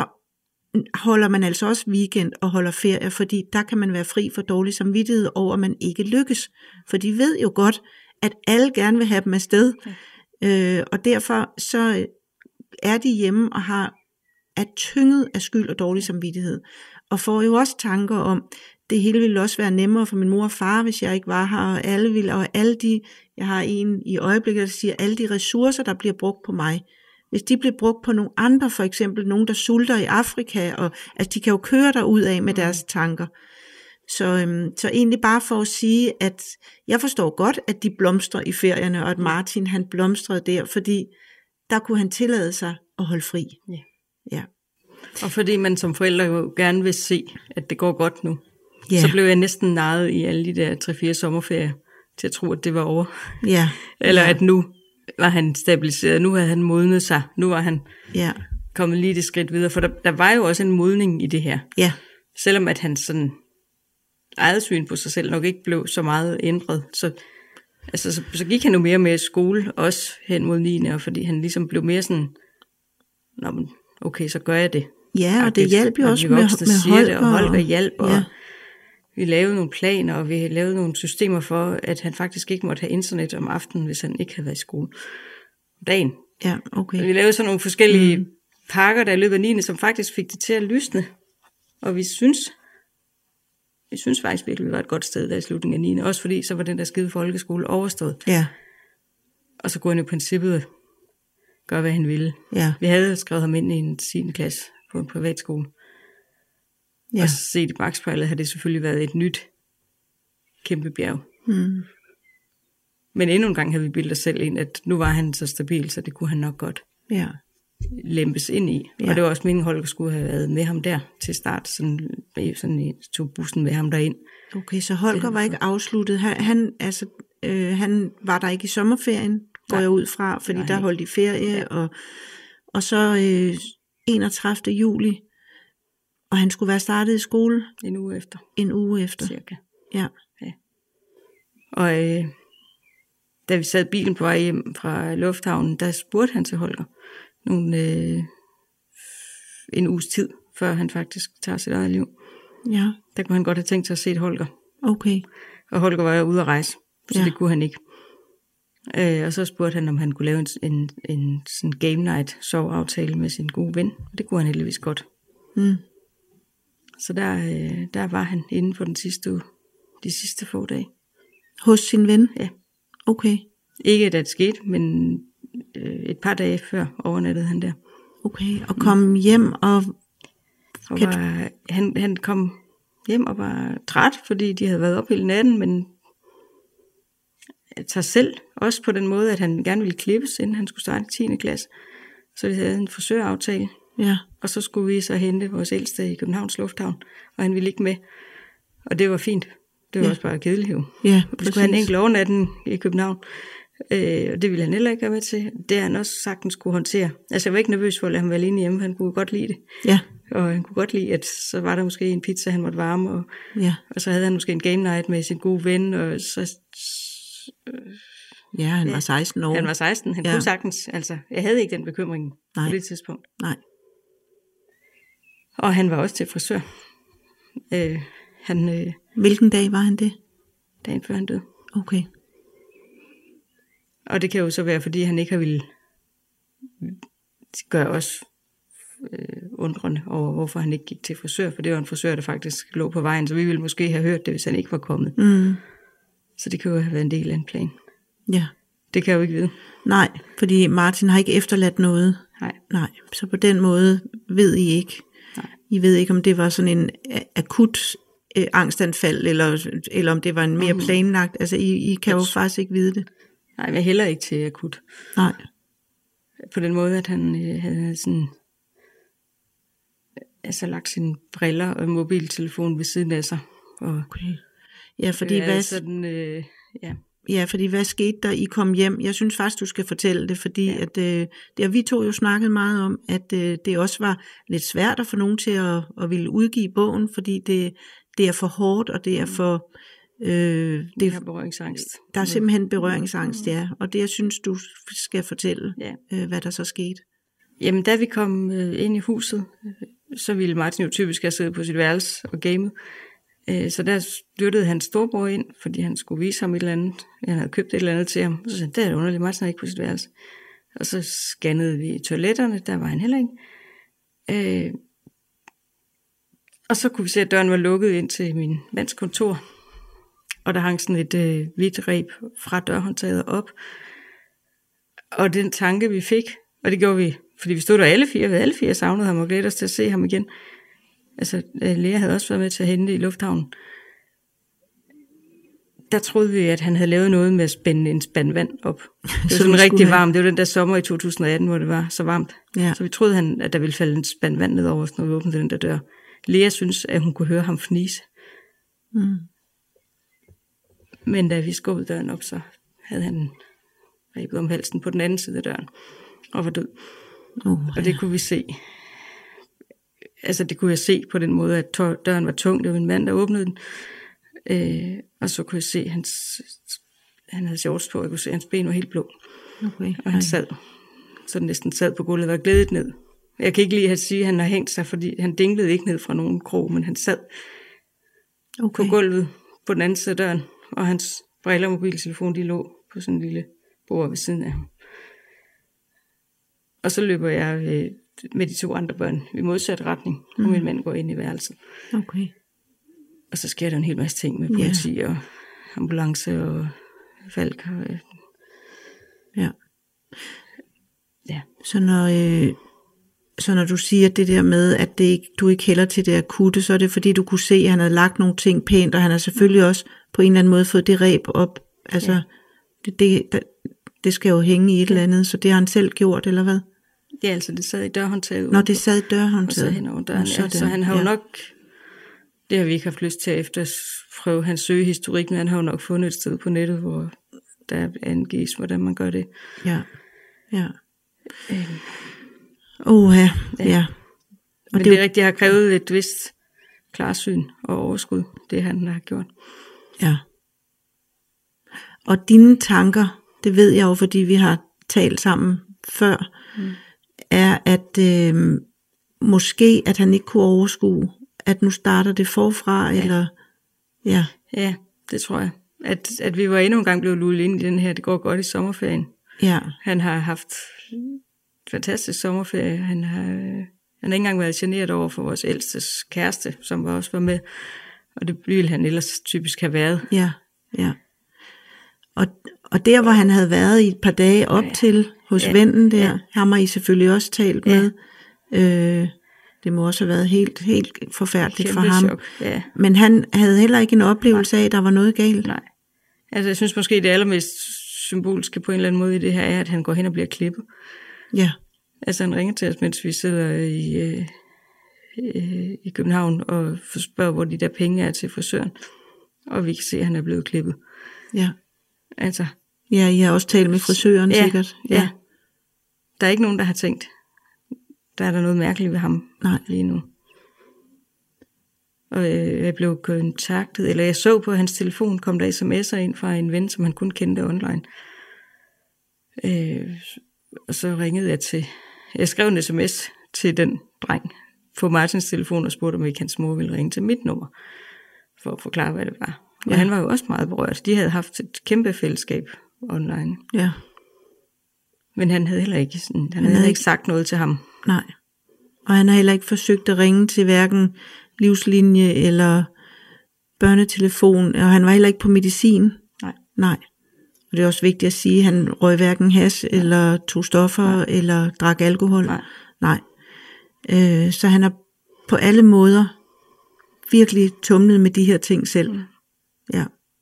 holder man altså også weekend og holder ferie, fordi der kan man være fri for dårlig samvittighed over, at man ikke lykkes. For de ved jo godt, at alle gerne vil have dem afsted. Ja. Øh, og derfor så er de hjemme og har er tynget af skyld og dårlig samvittighed. Og får jo også tanker om, det hele ville også være nemmere for min mor og far, hvis jeg ikke var her, og alle ville, og alle de, jeg har en i øjeblikket, der siger, alle de ressourcer, der bliver brugt på mig, hvis de bliver brugt på nogle andre, for eksempel nogen, der sulter i Afrika, og altså de kan jo køre derud af med deres tanker. Så, øhm, så egentlig bare for at sige, at jeg forstår godt, at de blomstrer i ferierne, og at Martin han blomstrede der, fordi der kunne han tillade sig at holde fri. Ja. Ja. Og fordi man som forældre jo gerne vil se, at det går godt nu, ja. Så blev jeg næsten narret i alle de der tre-fire sommerferier, til at tro, at det var over. Ja. Eller ja. At nu var han stabiliseret, nu havde han modnet sig, nu var han ja. kommet lige det skridt videre, for der, der var jo også en modning i det her. Ja. Selvom at han sådan eget syn på sig selv nok ikke blev så meget ændret, så, altså, så, så gik han jo mere med i skole, også hen mod niende, og fordi han ligesom blev mere sådan, nå, men okay, så gør jeg det. Ja, og det hjalp jo også med, med Holger. Det, og Holger hjælp, og ja. Vi lavede nogle planer, og vi lavede nogle systemer for, at han faktisk ikke måtte have internet om aftenen, hvis han ikke havde været i skole dagen. Ja, okay. Og vi lavede sådan nogle forskellige mm. pakker, der i løbet af niende, som faktisk fik det til at lysne Og vi synes, vi synes faktisk virkelig, vi var et godt sted der i slutningen af niende Også fordi, så var den der skide folkeskole overstået. Ja. Og så kunne han i princippet gøre, hvad han ville. Ja. Vi havde skrevet ham ind i en tiende klasse på en privatskole. Ja. Og set i bagspejlet har det selvfølgelig været et nyt kæmpe bjerg. Mm. Men endnu en gang havde vi bildet os selv ind, at nu var han så stabil, så det kunne han nok godt ja. lempes ind i. Ja. Og det var også meningen, Holger skulle have været med ham der til start, sådan, sådan tog bussen med ham derind. Okay, så Holger var ikke afsluttet. Han, han, altså, øh, han var der ikke i sommerferien, går jeg ud fra, fordi der holdt de ferie, ja. og, og så øh, enogtredivte juli, og han skulle være startet i skole en uge efter. En uge efter. Cirka. Ja. ja. Og øh, da vi sad i bilen på vej hjem fra lufthavnen, der spurgte han til Holger nogle, øh, en uges tid, før han faktisk tager sit eget liv. Ja. Der kunne han godt have tænkt sig at se et Holger. Okay. Og Holger var jo ude at rejse, så ja. det kunne han ikke. Øh, og så spurgte han, om han kunne lave en, en, en sådan game night soveaftale med sin gode ven. Og det kunne han heldigvis godt. Mm. Så der, øh, der var han inde på den sidste uge, de sidste få dage. Hos sin ven? Ja. Okay. Ikke da det skete, men øh, et par dage før overnattede han der. Okay, og kom mm. hjem og... og var, han, han kom hjem og var træt, fordi de havde været op hele natten, men sig selv også på den måde, at han gerne ville klippes, inden han skulle starte i tiende klasse. Så vi havde en frisøraftale. Ja. Og så skulle vi så hente vores ældste i Københavns Lufthavn, og han ville ikke med. Og det var fint. Det var ja. også bare kedeligt jo. Ja, vi skulle have en enkelt overnatten i København, øh, og det ville han heller ikke være med til. Det han også sagtens skulle håndtere. Altså jeg var ikke nervøs for at lade ham være alene hjemme, han kunne godt lide det. Ja. Og han kunne godt lide, at så var der måske en pizza, han måtte varme, og, ja. og så havde han måske en game night med sin gode ven, og så... Ja, han ja. var seksten år. Han var seksten, han ja. kunne sagtens, altså, jeg havde ikke den bekymring Nej. på det tidspunkt. Nej. Og han var også til frisør. Øh, han, øh, Hvilken dag var han det? Dagen før han døde. Okay. Og det kan jo så være, fordi han ikke har ville gøre os øh, undrende over, hvorfor han ikke gik til frisør, for det var en frisør, der faktisk lå på vejen, så vi ville måske have hørt det, hvis han ikke var kommet. Mm. Så det kan jo have været en del af en plan. Ja. Det kan jeg jo ikke vide. Nej, fordi Martin har ikke efterladt noget. Nej. Nej, så på den måde ved I ikke. Nej. I ved ikke, om det var sådan en akut øh, angstanfald, eller, eller om det var en mere mm. planlagt. Altså, I, I kan jo Yes. faktisk ikke vide det. Nej, men heller ikke til akut. Nej. På den måde, at han øh, havde sådan, altså lagt sine briller og mobiltelefon ved siden af sig. Og, okay. Ja, fordi øh, hvad... sådan, øh, ja. Ja, fordi hvad skete der? I kom hjem. Jeg synes faktisk, du skal fortælle det, fordi ja. at, øh, det har vi to jo snakket meget om, at øh, det også var lidt svært at få nogen til at, at ville udgive bogen, fordi det, det er for hårdt, og det er for... Øh, det er berøringsangst. Der er simpelthen berøringsangst, ja. Og det, jeg synes, du skal fortælle, ja. øh, hvad der så skete. Jamen, da vi kom øh, ind i huset, øh, så ville Martin jo typisk have siddet på sit værelse og gamet. Så der styrtede hans storbror ind, fordi han skulle vise ham et eller andet. Han havde købt et eller andet til ham. Så sagde han, det er underligt, Martin er ikke på sit værelse. Og så scannede vi toiletterne, der var han heller ikke. Øh, og så kunne vi se, at døren var lukket ind til min mands kontor. Og der hang sådan et øh, hvidt reb fra dørhåndtaget op. Og den tanke, vi fik, og det gjorde vi, fordi vi stod der alle fire, vi alle fire savnede ham og glædede os til at se ham igen. Altså, Lea havde også været med til at hente i lufthavnen. Der troede vi, at han havde lavet noget med at spænde en spand vand op. Det var sådan rigtig varmt. Det var den der sommer i to tusind atten, hvor det var så varmt. Ja. Så vi troede, han, at der ville falde en spand vand ned over os, når vi åbnede den der dør. Lea synes, at hun kunne høre ham fnise. Mm. Men da vi skubbede døren op, så havde han rebet om halsen på den anden side af døren og var død. Oh, og det ja. kunne vi se. Altså det kunne jeg se på den måde, at døren var tung. Det var en mand, der åbnede den. Øh, og så kunne jeg se, at hans, han havde shorts på. Jeg kunne se, at hans ben var helt blå. Okay. Og han sad, så den næsten sad på gulvet og var glædet ned. Jeg kan ikke lige at sige, at han har hængt sig, fordi han dinglede ikke ned fra nogen krog, men han sad okay. på gulvet på den anden side af døren. Og hans briller og mobiltelefon, de lå på sådan en lille bord ved siden af ham. Og så løber jeg øh, med de to andre børn i modsat retning, og mm. min mand går ind i værelset. Okay. Og så sker der en hel masse ting med politi yeah. og ambulance og Falk. Og, øh. Ja. Ja. Så når, øh, så når du siger det der med, at det ikke, du ikke hælder til det akutte, så er det fordi, du kunne se, at han havde lagt nogle ting pænt, og han har selvfølgelig også på en eller anden måde fået det reb op. Altså, ja. det, det, det skal jo hænge i et ja. eller andet, så det har han selv gjort, eller hvad? Ja, altså det sad i dørhåndtaget. Nå, det sad i dørhåndtaget. Og så hen over døren, ja. Så han har jo ja. nok, det har vi ikke haft lyst til at efterprøve hans søgehistorik, men han har jo nok fundet et sted på nettet, hvor der angives, hvordan man gør det. Ja, ja. Øhm. Uha, ja. ja. Og men det, det er rigtigt, jeg har krævet et vist klarsyn og overskud, det han har gjort. Ja. Og dine tanker, det ved jeg jo, fordi vi har talt sammen før, mm. er at øh, måske, at han ikke kunne overskue, at nu starter det forfra, ja. eller... Ja. Ja, det tror jeg. At, at vi var endnu en gang blevet lullet ind i den her, det går godt i sommerferien. Ja. Han har haft fantastisk sommerferie. Han har, han har ikke engang været generet over for vores ældstes kæreste, som også var med. Og det ville han ellers typisk have været. Ja, ja. Og, og der, hvor han havde været i et par dage op ja, ja. til hos ja, vennen der, ja. ham har I selvfølgelig også talt med. Ja. Øh, det må også have været helt, helt forfærdeligt Kæmpe for ham. Chok. Ja. Men han havde heller ikke en oplevelse af, at der var noget galt. Nej. Altså jeg synes måske, det allermest symboliske på en eller anden måde i det her, er, at han går hen og bliver klippet. Ja. Altså han ringer til os, mens vi sidder i, øh, øh, i København og spørger, hvor de der penge er til frisøren. Og vi kan se, at han er blevet klippet. Ja. Altså. Ja, I har også talt med frisøren ja, sikkert. Ja. ja. Der er ikke nogen, der har tænkt, der er der noget mærkeligt ved ham Nej. lige nu. Og øh, jeg blev kontaktet, eller jeg så på hans telefon, kom der sms'er ind fra en ven, som han kun kendte online. Øh, og så ringede jeg til, jeg skrev en sms til den dreng på Martins telefon og spurgte, om ikke hans mor ville ringe til mit nummer, for at forklare, hvad det var. Og ja. han var jo også meget berørt. De havde haft et kæmpe fællesskab online. Ja. Men han havde heller ikke, sådan, han han havde, havde ikke sagt noget til ham. Nej. Og han har heller ikke forsøgt at ringe til hverken livslinje eller børnetelefon, og han var heller ikke på medicin. Nej. Nej. Og det er også vigtigt at sige, at han røg hverken hash Nej. eller tog stoffer Nej. eller drak alkohol. Nej. Nej. Øh, så han har på alle måder virkelig tumlet med de her ting selv. Mm. Ja.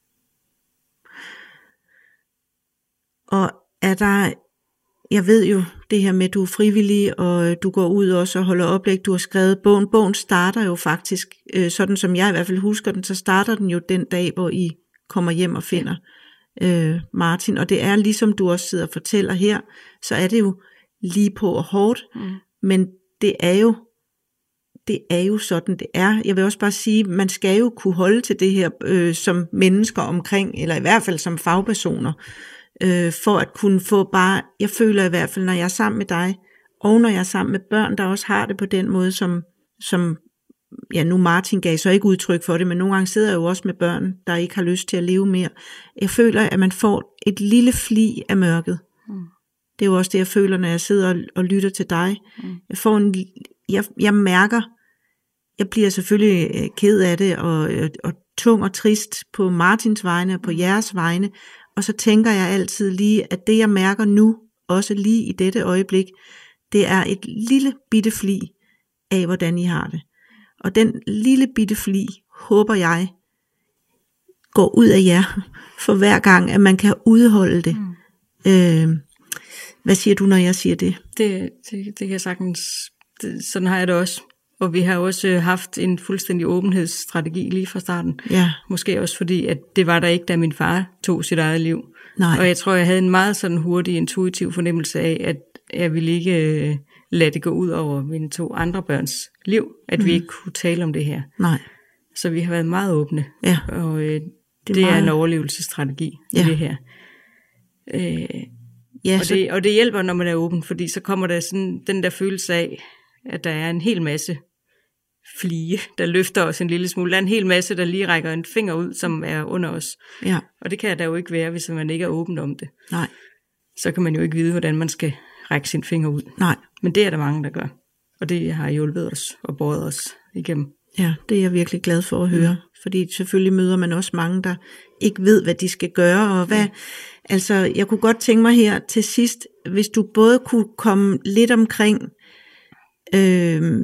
Og er der, jeg ved jo det her med, at du er frivillig, og du går ud også og holder oplæg, du har skrevet bogen. Bogen starter jo faktisk, øh, sådan som jeg i hvert fald husker den, så starter den jo den dag, hvor I kommer hjem og finder øh, Martin. Og det er ligesom du også sidder og fortæller her, så er det jo lige på og hårdt, mm. men det er jo det er jo sådan det er. Jeg vil også bare sige, man skal jo kunne holde til det her øh, som mennesker omkring, eller i hvert fald som fagpersoner, øh, for at kunne få bare, jeg føler i hvert fald, når jeg er sammen med dig, og når jeg er sammen med børn, der også har det på den måde, som, som ja, nu Martin gav så ikke udtryk for det, men nogle gange sidder jeg jo også med børn, der ikke har lyst til at leve mere. Jeg føler, at man får et lille fli af mørket. Mm. Det er jo også det, jeg føler, når jeg sidder og, og lytter til dig. Mm. Jeg får en, jeg, jeg mærker, jeg bliver selvfølgelig ked af det, og, og, og tung og trist på Martins vegne og på jeres vegne, og så tænker jeg altid lige, at det jeg mærker nu, også lige i dette øjeblik, det er et lille bitte fli af, hvordan I har det. Og den lille bitte fli, håber jeg, går ud af jer, for hver gang, at man kan udholde det. Mm. Øh, hvad siger du, når jeg siger det? Det, det, det kan jeg sagtens, det, sådan har jeg det også. Og vi har også haft en fuldstændig åbenhedsstrategi lige fra starten. Ja. Måske også fordi, at det var der ikke, da min far tog sit eget liv. Nej. Og jeg tror, jeg havde en meget sådan hurtig, intuitiv fornemmelse af, at jeg ville ikke uh, lade det gå ud over mine to andre børns liv, at mm. vi ikke kunne tale om det her. Nej. Så vi har været meget åbne. Ja. Og uh, det, det er, meget... er en overlevelsesstrategi i ja. det her. Uh, ja, og, så... det, og det hjælper, når man er åben, fordi så kommer der sådan den der følelse af, at der er en hel masse flige, der løfter os en lille smule. Der er en hel masse, der lige rækker en finger ud, som er under os. Ja. Og det kan der jo ikke være, hvis man ikke er åben om det. Nej. Så kan man jo ikke vide, hvordan man skal række sin finger ud. Nej. Men det er der mange, der gør. Og det har hjulpet os og båret os igennem. Ja, det er jeg virkelig glad for at høre, mm. fordi selvfølgelig møder man også mange, der ikke ved, hvad de skal gøre, og hvad, ja. Altså, jeg kunne godt tænke mig her til sidst, hvis du både kunne komme lidt omkring, øh,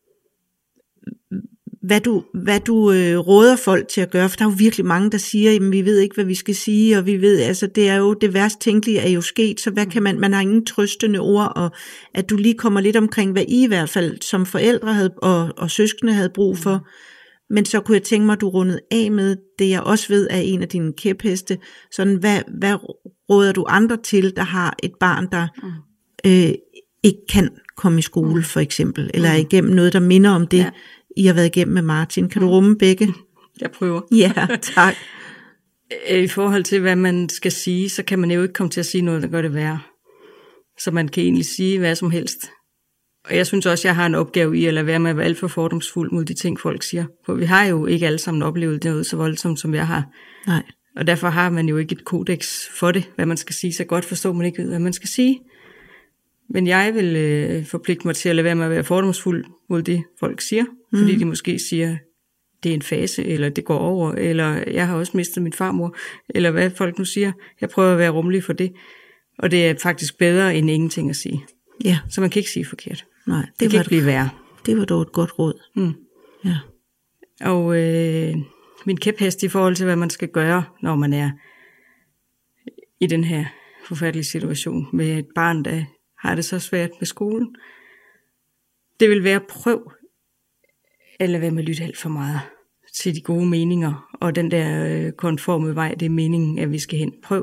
hvad du, hvad du øh, råder folk til at gøre, for der er jo virkelig mange, der siger, jamen vi ved ikke, hvad vi skal sige, og vi ved, altså det er jo det værst tænkelige er jo sket, så hvad kan man, man har ingen trøstende ord, og at du lige kommer lidt omkring, hvad I i hvert fald som forældre havde, og, og søskende havde brug for, men så kunne jeg tænke mig, at du rundede af med det, jeg også ved er en af dine kæpheste, sådan hvad, hvad råder du andre til, der har et barn, der øh, ikke kan komme i skole for eksempel, eller er igennem noget, der minder om det, ja. I har været igennem med Martin. Kan du rumme begge? Jeg prøver. Ja, tak. I forhold til, hvad man skal sige, så kan man jo ikke komme til at sige noget, der gør det værre. Så man kan egentlig sige hvad som helst. Og jeg synes også, jeg har en opgave i at lade være med at være alt for fordomsfuld mod de ting, folk siger. For vi har jo ikke alle sammen oplevet noget så voldsomt, som jeg har. Nej. Og derfor har man jo ikke et kodex for det, hvad man skal sige. Så godt forstår man ikke, hvad man skal sige. Men jeg vil øh, forpligte mig til at lade være med at være fordomsfuld mod det, folk siger. Mm. Fordi de måske siger, det er en fase, eller det går over, eller jeg har også mistet min farmor, eller hvad folk nu siger. Jeg prøver at være rummelig for det. Og det er faktisk bedre end ingenting at sige. Ja. Så man kan ikke sige forkert. Nej, det, det kan var ikke blive værre. Det var dog et godt råd. Mm. Ja. Og øh, min kæphest i forhold til, hvad man skal gøre, når man er i den her forfærdelige situation med et barn, der har det så svært med skolen, det vil være at prøv at lade være med at lytte alt for meget til de gode meninger, og den der øh, konforme vej, det er meningen, at vi skal hen. Prøv.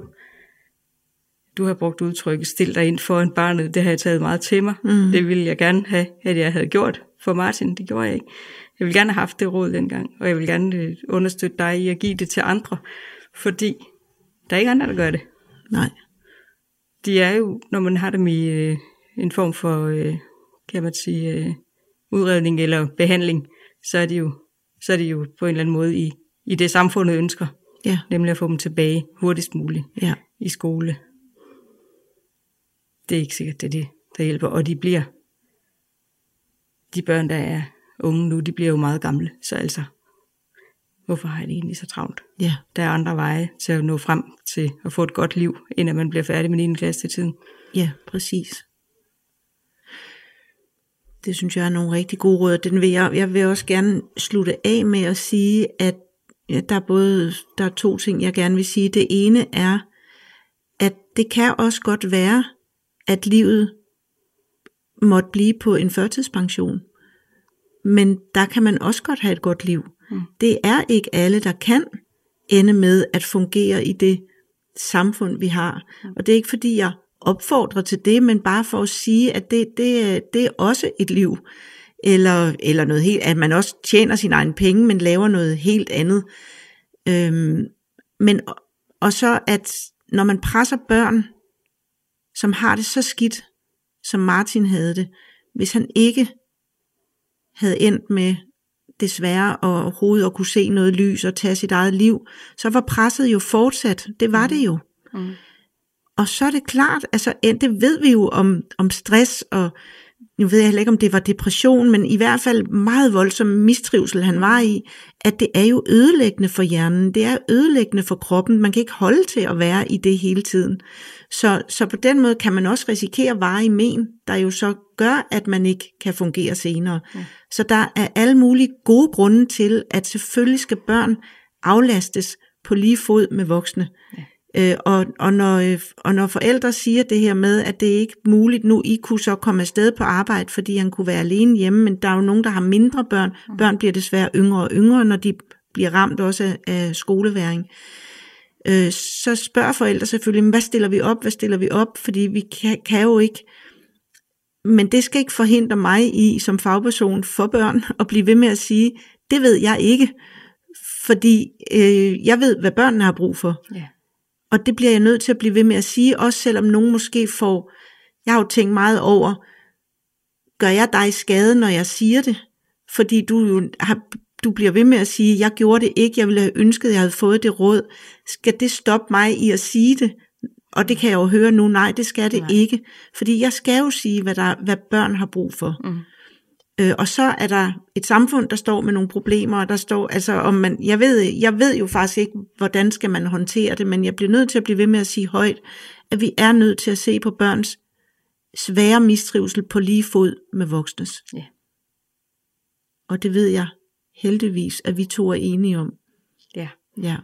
Du har brugt udtrykket, stil dig ind foran barnet, det har jeg taget meget til mig. Mm. Det ville jeg gerne have, at jeg havde gjort for Martin, det gjorde jeg ikke. Jeg ville gerne have haft det råd dengang, og jeg vil gerne øh, understøtte dig i at give det til andre, fordi der er ikke andre, der gør det. Nej. De er jo, når man har dem i øh, en form for, øh, kan man sige, øh, udredning eller behandling, så er de jo, så er de jo på en eller anden måde i, i det samfundet ønsker. Ja. Nemlig at få dem tilbage hurtigst muligt ja. i skole. Det er ikke sikkert, det er det, der hjælper. Og de bliver, de børn, der er unge nu, de bliver jo meget gamle. Så altså, hvorfor har jeg det egentlig så travlt? Ja. Der er andre veje til at nå frem til at få et godt liv, inden at man bliver færdig med niende klasse til tiden. Ja, præcis. Det synes jeg er nogle rigtig gode råd. Den vil jeg, jeg vil også gerne slutte af med at sige, at ja, der er både der er to ting, jeg gerne vil sige. Det ene er, at det kan også godt være, at livet måtte blive på en førtidspension. Men der kan man også godt have et godt liv. Mm. Det er ikke alle, der kan ende med at fungere i det samfund, vi har. Mm. Og det er ikke fordi, jeg opfordrer til det, men bare for at sige, at det, det, det er også et liv. Eller, eller noget helt, at man også tjener sine egne penge, men laver noget helt andet. Øhm, men, og så at når man presser børn, som har det så skidt, som Martin havde det, hvis han ikke havde endt med desværre overhovedet at kunne se noget lys og tage sit eget liv, så var presset jo fortsat. Det var det jo. Mm. Og så er det klart, altså det ved vi jo om, om stress, og nu ved jeg heller ikke, om det var depression, men i hvert fald meget voldsom mistrivsel, han var i, at det er jo ødelæggende for hjernen, det er ødelæggende for kroppen, man kan ikke holde til at være i det hele tiden. Så, så på den måde kan man også risikere varig men, der jo så gør, at man ikke kan fungere senere. Ja. Så der er alle mulige gode grunde til, at selvfølgelig skal børn aflastes på lige fod med voksne. Ja. Øh, og, og, når, og når forældre siger det her med, at det ikke er muligt nu, I kunne så komme afsted på arbejde, fordi han kunne være alene hjemme, men der er jo nogen, der har mindre børn. Børn bliver desværre yngre og yngre, når de bliver ramt også af, af skoleværing. Øh, så spørger forældre selvfølgelig, hvad stiller vi op, hvad stiller vi op, fordi vi kan, kan jo ikke. Men det skal ikke forhindre mig i, som fagperson for børn, at blive ved med at sige, det ved jeg ikke, fordi øh, jeg ved, hvad børnene har brug for. Ja. Og det bliver jeg nødt til at blive ved med at sige, også selvom nogen måske får, jeg har jo tænkt meget over, gør jeg dig skade, når jeg siger det? Fordi du jo har, du bliver ved med at sige, jeg gjorde det ikke, jeg ville have ønsket, jeg havde fået det råd. Skal det stoppe mig i at sige det? Og det kan jeg jo høre nu, nej, det skal det nej. ikke. Fordi jeg skal jo sige, hvad, der, hvad børn har brug for. Mm. Øh, og så er der et samfund, der står med nogle problemer, og der står, altså om man, jeg ved, jeg ved jo faktisk ikke, hvordan skal man håndtere det, men jeg bliver nødt til at blive ved med at sige højt, at vi er nødt til at se på børns svære mistrivsel på lige fod med voksnes. Ja. Og det ved jeg heldigvis, at vi to er enige om. Ja. Ja.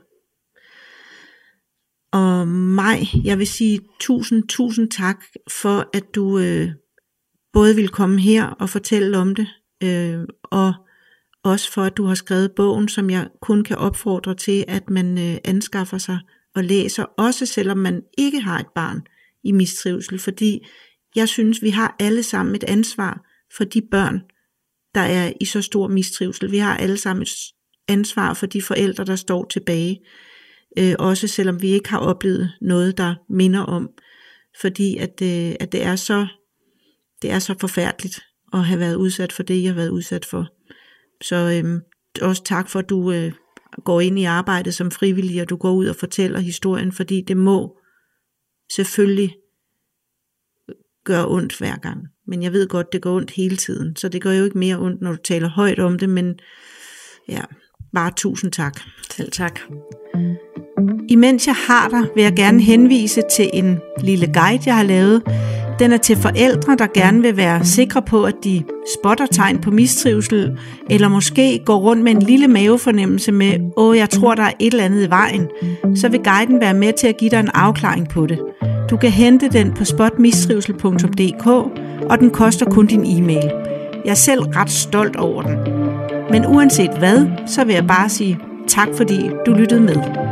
Og Maj, jeg vil sige tusind, tusind tak for, at du øh, både vil komme her og fortælle om det, øh, og også for, at du har skrevet bogen, som jeg kun kan opfordre til, at man øh, anskaffer sig og læser, også selvom man ikke har et barn i mistrivsel, fordi jeg synes, vi har alle sammen et ansvar for de børn, der er i så stor mistrivsel. Vi har alle sammen et ansvar for de forældre, der står tilbage, øh, også selvom vi ikke har oplevet noget, der minder om, fordi at, øh, at det er så det er så forfærdeligt at have været udsat for det, jeg har været udsat for. Så øh, også tak for, at du øh, går ind i arbejdet som frivillig, og du går ud og fortæller historien, fordi det må selvfølgelig gøre ondt hver gang. Men jeg ved godt, det går ondt hele tiden, så det gør jo ikke mere ondt, når du taler højt om det, men ja, bare tusind tak. Selv tak. Imens jeg har dig, vil jeg gerne henvise til en lille guide, jeg har lavet. Den er til forældre, der gerne vil være sikre på, at de spotter tegn på mistrivsel, eller måske går rundt med en lille mavefornemmelse med, åh, jeg tror, der er et eller andet i vejen. Så vil guiden være med til at give dig en afklaring på det. Du kan hente den på spot mistrivsel punktum d k, og den koster kun din e-mail. Jeg er selv ret stolt over den. Men uanset hvad, så vil jeg bare sige tak, fordi du lyttede med.